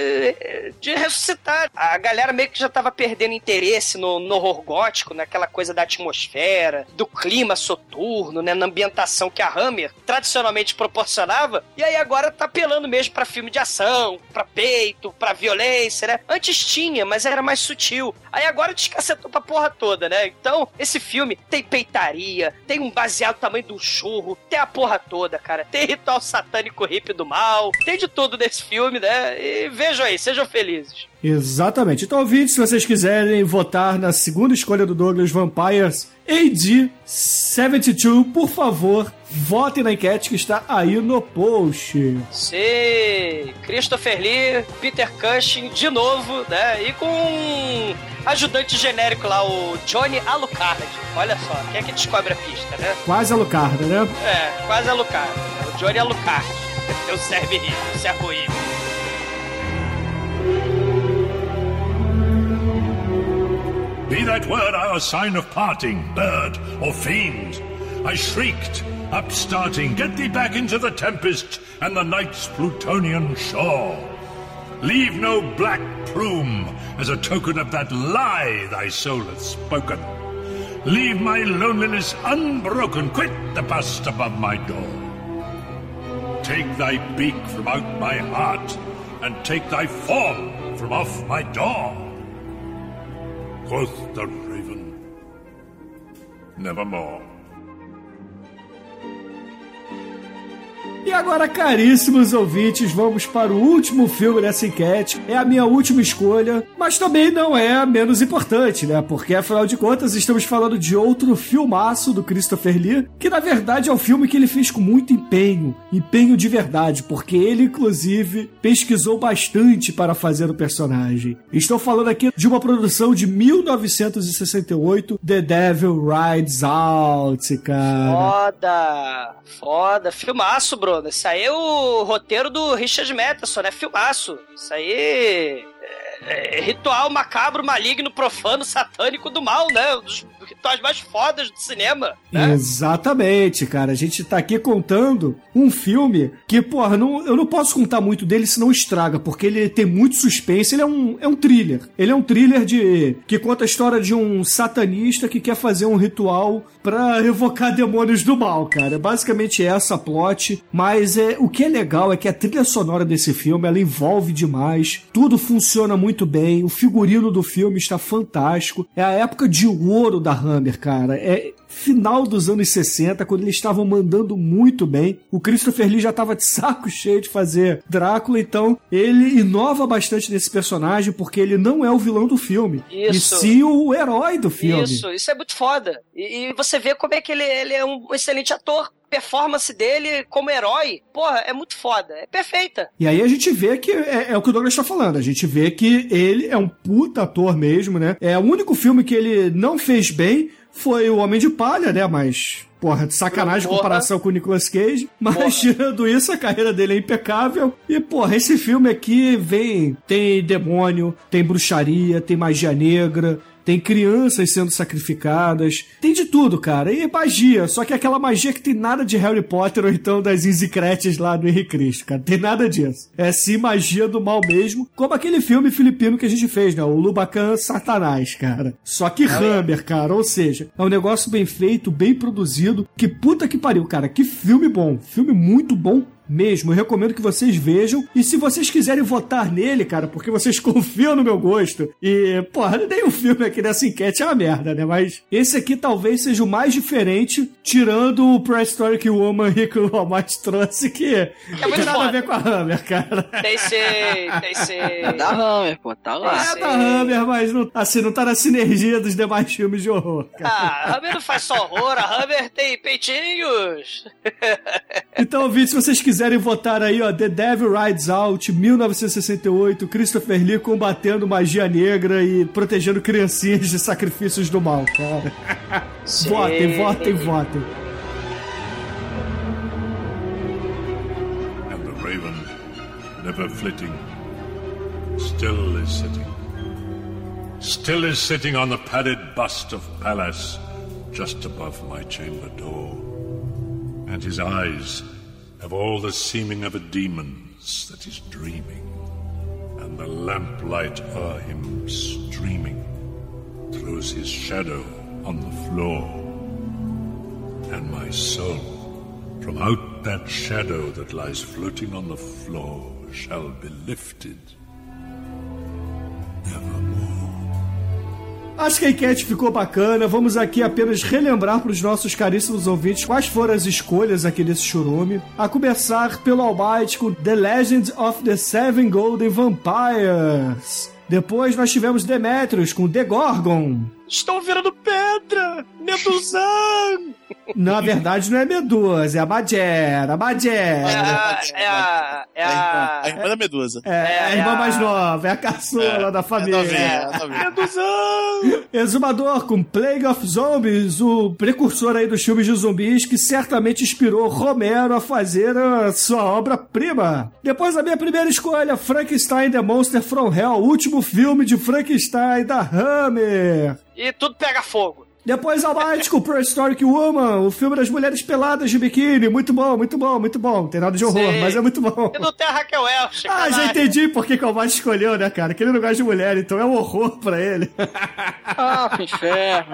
de ressuscitar. A galera meio que já tava perdendo interesse no, no horror gótico, naquela coisa da atmosfera, do clima soturno, né, na ambientação que a Hammer tradicionalmente proporcionava, e aí agora tá apelando mesmo pra filme de ação, pra peito, pra violência, né? Antes tinha, mas era mais sutil. Aí agora descacetou pra porra toda, né? Então, esse filme tem peitaria, tem um baseado do tamanho de um churro, tem a porra toda, cara. Tem ritual satânico hippie do mal, tem de tudo nesse filme, né? E vejam aí, sejam felizes. Exatamente. Então, ouvintes, se vocês quiserem votar na segunda escolha do Douglas, Vampires A D setenta e dois, por favor, votem na enquete que está aí no post. Sim, Christopher Lee, Peter Cushing de novo, né? E com um ajudante genérico lá, o Johnny Alucard. Olha só, quem é que descobre a pista, né? Quase Alucard, né? É, quase Alucard. O Johnny Alucard. Eu serve rir, servo ir. Be that word our sign of parting, bird or fiend. I shrieked, upstarting, get thee back into the tempest and the night's Plutonian shore. Leave no black plume as a token of that lie thy soul hath spoken. Leave my loneliness unbroken, quit the bust above my door. Take thy beak from out my heart, and take thy form from off my door. Quoth the raven, nevermore. E agora, caríssimos ouvintes, vamos para o último filme dessa enquete. É a minha última escolha, mas também não é a menos importante, né? Porque, afinal de contas, estamos falando de outro filmaço do Christopher Lee, que, na verdade, é um filme que ele fez com muito empenho. Empenho de verdade, porque ele, inclusive, pesquisou bastante para fazer o personagem. Estou falando aqui de uma produção de mil novecentos e sessenta e oito, The Devil Rides Out, cara. Foda! Foda! Filmaço, Bruno. Isso aí é o roteiro do Richard Matheson, né? Filmaço. Isso aí é, é ritual macabro, maligno, profano, satânico do mal, né? Um dos rituais mais fodas do cinema, né? Exatamente, cara. A gente tá aqui contando um filme que, porra, não, eu não posso contar muito dele, senão estraga, porque ele tem muito suspense. Ele é um, é um thriller. Ele é um thriller de que conta a história de um satanista que quer fazer um ritual pra revocar demônios do mal, cara. Basicamente essa a plot, mas é, o que é legal é que a trilha sonora desse filme, ela envolve demais, tudo funciona muito bem, o figurino do filme está fantástico, é a época de ouro da Hammer, cara, é final dos anos sessenta, quando eles estavam mandando muito bem. O Christopher Lee já estava de saco cheio de fazer Drácula, então ele inova bastante nesse personagem, porque ele não é o vilão do filme, isso. E sim o herói do filme. Isso, isso é muito foda. E, e você vê como é que ele, ele é um excelente ator. Performance dele como herói, porra, é muito foda, é perfeita. E aí a gente vê que é, é o que o Douglas tá falando, a gente vê que ele é um puta ator mesmo, né? É o único filme que ele não fez bem foi O Homem de Palha, né? Mas, porra, de sacanagem em comparação com o Nicolas Cage. Mas, porra, tirando isso, a carreira dele é impecável. E, porra, esse filme aqui vem... Tem demônio, tem bruxaria, tem magia negra... Tem crianças sendo sacrificadas. Tem de tudo, cara. E magia. Só que é aquela magia que tem nada de Harry Potter ou então das Inzicretes lá do Henrique Cristo, cara. Tem nada disso. É sim magia do mal mesmo. Como aquele filme filipino que a gente fez, né? O Lubacan Satanás, cara. Só que Hammer, cara. Ou seja, é um negócio bem feito, bem produzido. Que puta que pariu, cara. Que filme bom. Filme muito bom mesmo, eu recomendo que vocês vejam. E se vocês quiserem votar nele, cara, porque vocês confiam no meu gosto, e, porra, nem o filme aqui nessa enquete é uma merda, né? Mas esse aqui talvez seja o mais diferente, tirando o Prehistoric Woman que o Almighty trouxe, que é não tem nada foda. a ver com a Hammer, cara. Tem sim, tem sim. É da Hammer, pô, tá lá. É da Hammer, mas não, assim, não tá na sinergia dos demais filmes de horror, cara. Ah, a Hammer não faz só horror, a Hammer tem peitinhos. Então, ouvintes, se vocês quiserem votar aí, ó, The Devil Rides Out, mil novecentos e sessenta e oito, Christopher Lee combatendo magia negra e protegendo criancinhas de sacrifícios do mal, cara. Votem, votem, votem. And the raven, never flitting, still is sitting. Still is sitting on the padded bust of Pallas, just above my chamber door. And his eyes have all the seeming of a demon's that is dreaming, and the lamplight o'er him streaming throws his shadow on the floor, and my soul from out that shadow that lies floating on the floor shall be lifted nevermore. Acho que a enquete ficou bacana. Vamos aqui apenas relembrar para os nossos caríssimos ouvintes quais foram as escolhas aqui desse churume. A começar pelo Almighty com The Legend of the Seven Golden Vampires. Depois nós tivemos Demetrius com The Gorgon. Estão virando pedra! Medusão! Na verdade, não é Medusa, é a Bagera, a Bagera. É a... É a... É a... A irmã da Medusa. É, é a irmã mais nova, é a caçula É, da família. É novinha, é novinha. Medusão! Exumador com Plague of Zombies, o precursor aí dos filmes de zumbis que certamente inspirou Romero a fazer a sua obra-prima. Depois a minha primeira escolha, Frankenstein The Monster from Hell, o último filme de Frankenstein da Hammer. E tudo pega fogo. Depois Almighty com Prehistoric Woman, o filme das mulheres peladas de biquíni. Muito bom, muito bom, muito bom. Não tem nada de horror, Sim. mas é muito bom. E não tem a Raquel Welch, Ah, caralho. já entendi por que que o Almighty escolheu, né, cara? Que ele não gosta de mulher, então é um horror pra ele. Ah, que inferno.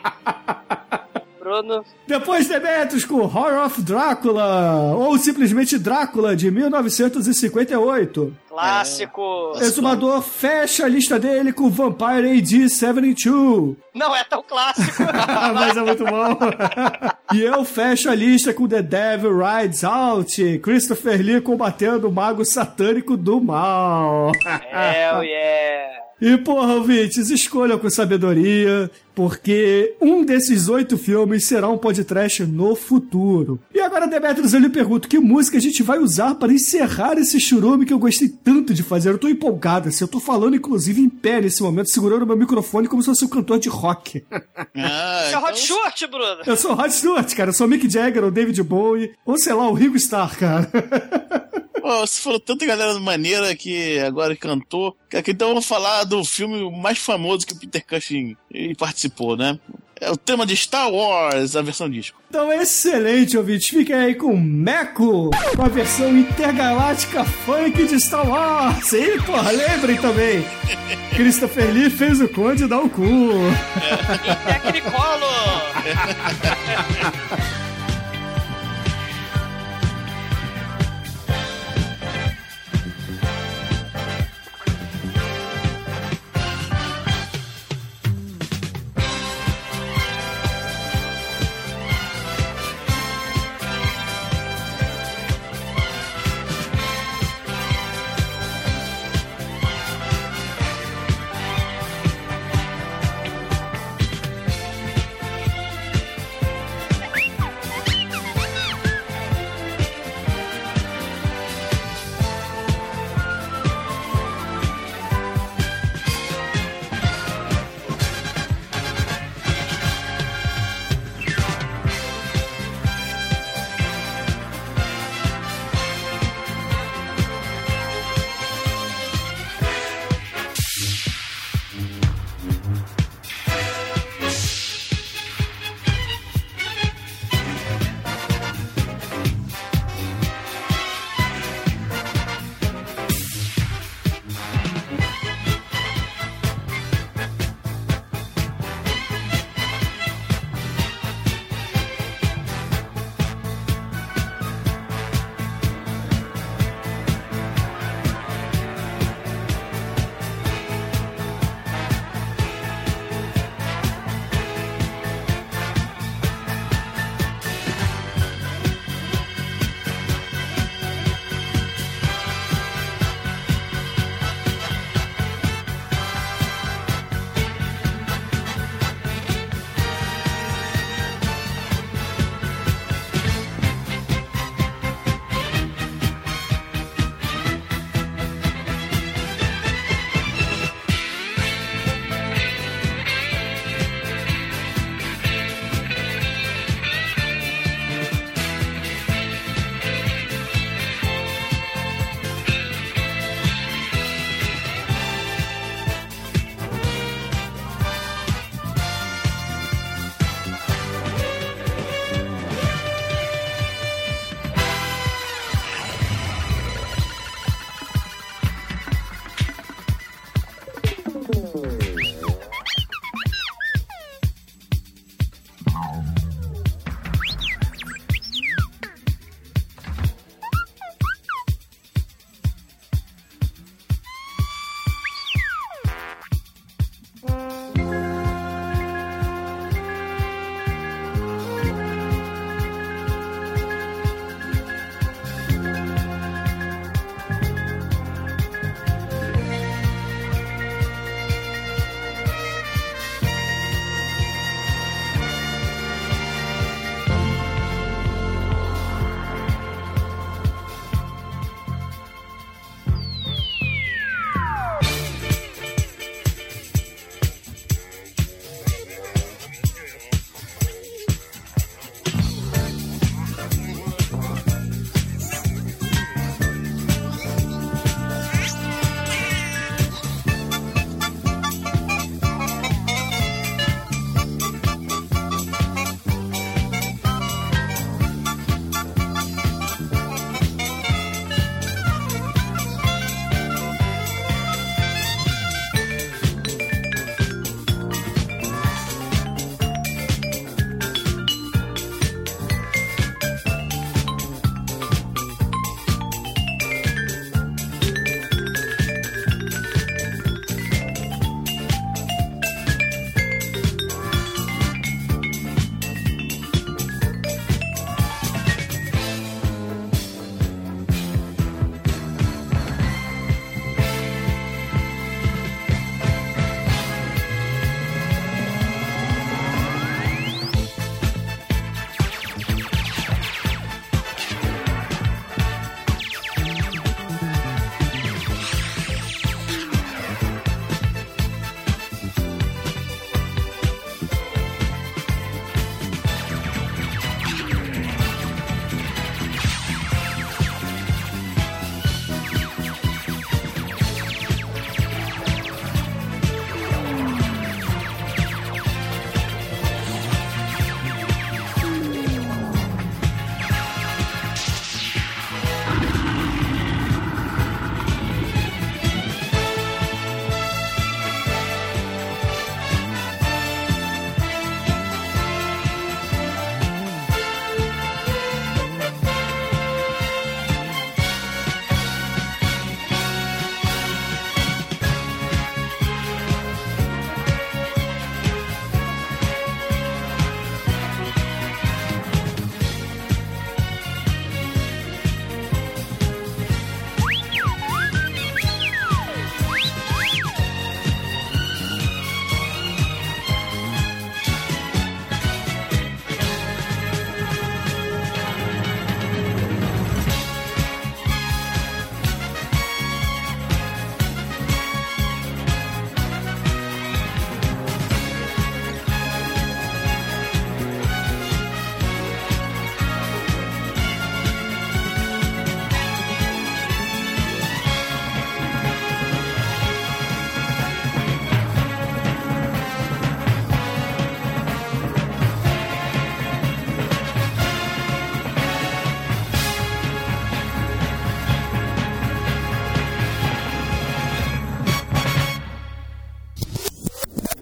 Bruno. Depois Demetrius com Horror of Drácula, ou simplesmente Drácula, de mil novecentos e cinquenta e oito. Clássico. Exumador fecha a lista dele com Vampire A D setenta e dois. Não é tão clássico. Mas é muito bom. E eu fecho a lista com The Devil Rides Out, Christopher Lee combatendo o mago satânico do mal. Hell yeah. E, porra, ouvintes, escolham com sabedoria, porque um desses oito filmes será um podcast no futuro. E agora, Demetrius, eu lhe pergunto, que música a gente vai usar para encerrar esse churume que eu gostei tanto de fazer? Eu tô empolgado, assim, eu tô falando, inclusive, em pé nesse momento, segurando meu microfone como se fosse um cantor de rock. Ah, Isso é Hot Short, Bruno. Eu sou o Rod Stewart, cara, eu sou o Mick Jagger, ou David Bowie, ou sei lá, o Ringo Starr, cara. Pô, você falou tanta galera maneira que agora cantou. Que então vamos falar do filme mais famoso que o Peter Cushing participou, né? É o tema de Star Wars, a versão disco. Então, excelente, ouvintes. Fiquem aí com Meco, com a versão intergaláctica funk de Star Wars. E, porra, lembrem também, Christopher Lee fez o Conde dar o cu. Tecnicolo.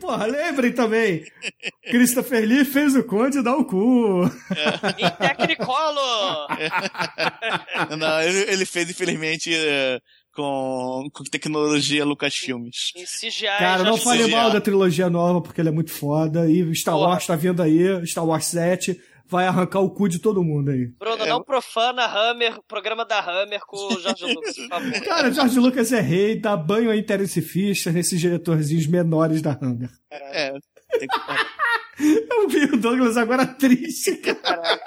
Porra, lembrem também. Christopher Lee fez o Conde dar o cu. Em Technicolor! Não, ele, ele fez, infelizmente, é, com, com tecnologia Lucasfilmes. Em C G I. Cara, não fale C G I. mal da trilogia nova, porque ela é muito foda. E Star Porra. Wars tá vindo aí, Star Wars sete, vai arrancar o cu de todo mundo aí. Bruno, não profana Hammer, programa da Hammer com o Jorge Lucas, por favor. Cara, George Lucas é rei, dá banho a Terence Fisher nesses diretorzinhos menores da Hammer. É, tem que... Eu vi o Douglas agora triste, cara. Caraca.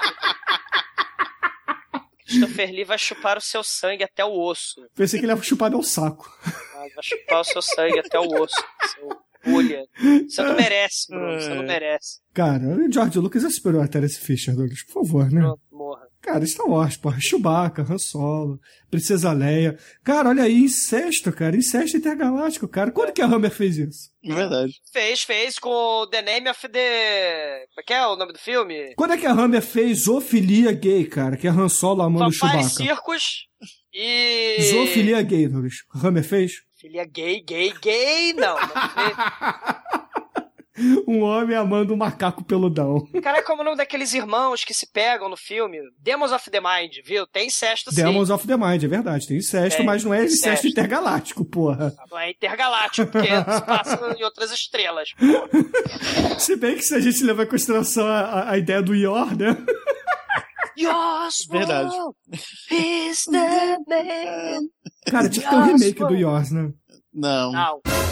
Christopher Lee vai chupar o seu sangue até o osso. Pensei que ele ia chupar meu saco. Ah, vai chupar o seu sangue até o osso. Seu olha. Você não merece, Bruno. Você não merece. Cara, o George Lucas é superior a Terence Fisher, Douglas, por favor, né? Pronto, morra. Cara, Star Wars, porra, Chewbacca, Han Solo, Princesa Leia. Cara, olha aí, incesto, cara, incesto intergaláctico, cara. Quando que a Hammer fez isso? É verdade. Fez, fez com The Name of the... Como é que é o nome do filme? Quando é que a Hammer fez zoofilia gay, cara? Que é Han Solo amando o Vampire Chewbacca. Circus e... Zoofilia gay, Douglas. A Hammer fez? Filia gay, gay, gay, não. não fez. Um homem amando um macaco peludão. Cara, como é o nome daqueles irmãos que se pegam no filme? Demons of the Mind, viu? Tem incesto, sim. Demons of the Mind, é verdade. Tem incesto, Tem mas não é incesto incesto. intergaláctico, porra. Não é intergaláctico, porque se passa em outras estrelas. Porra. Se bem que se a gente levar em consideração a, a, a ideia do Yor, né? Yours Verdade. is the man. Cara, tinha que ter um remake do Yor, né? Não. Não.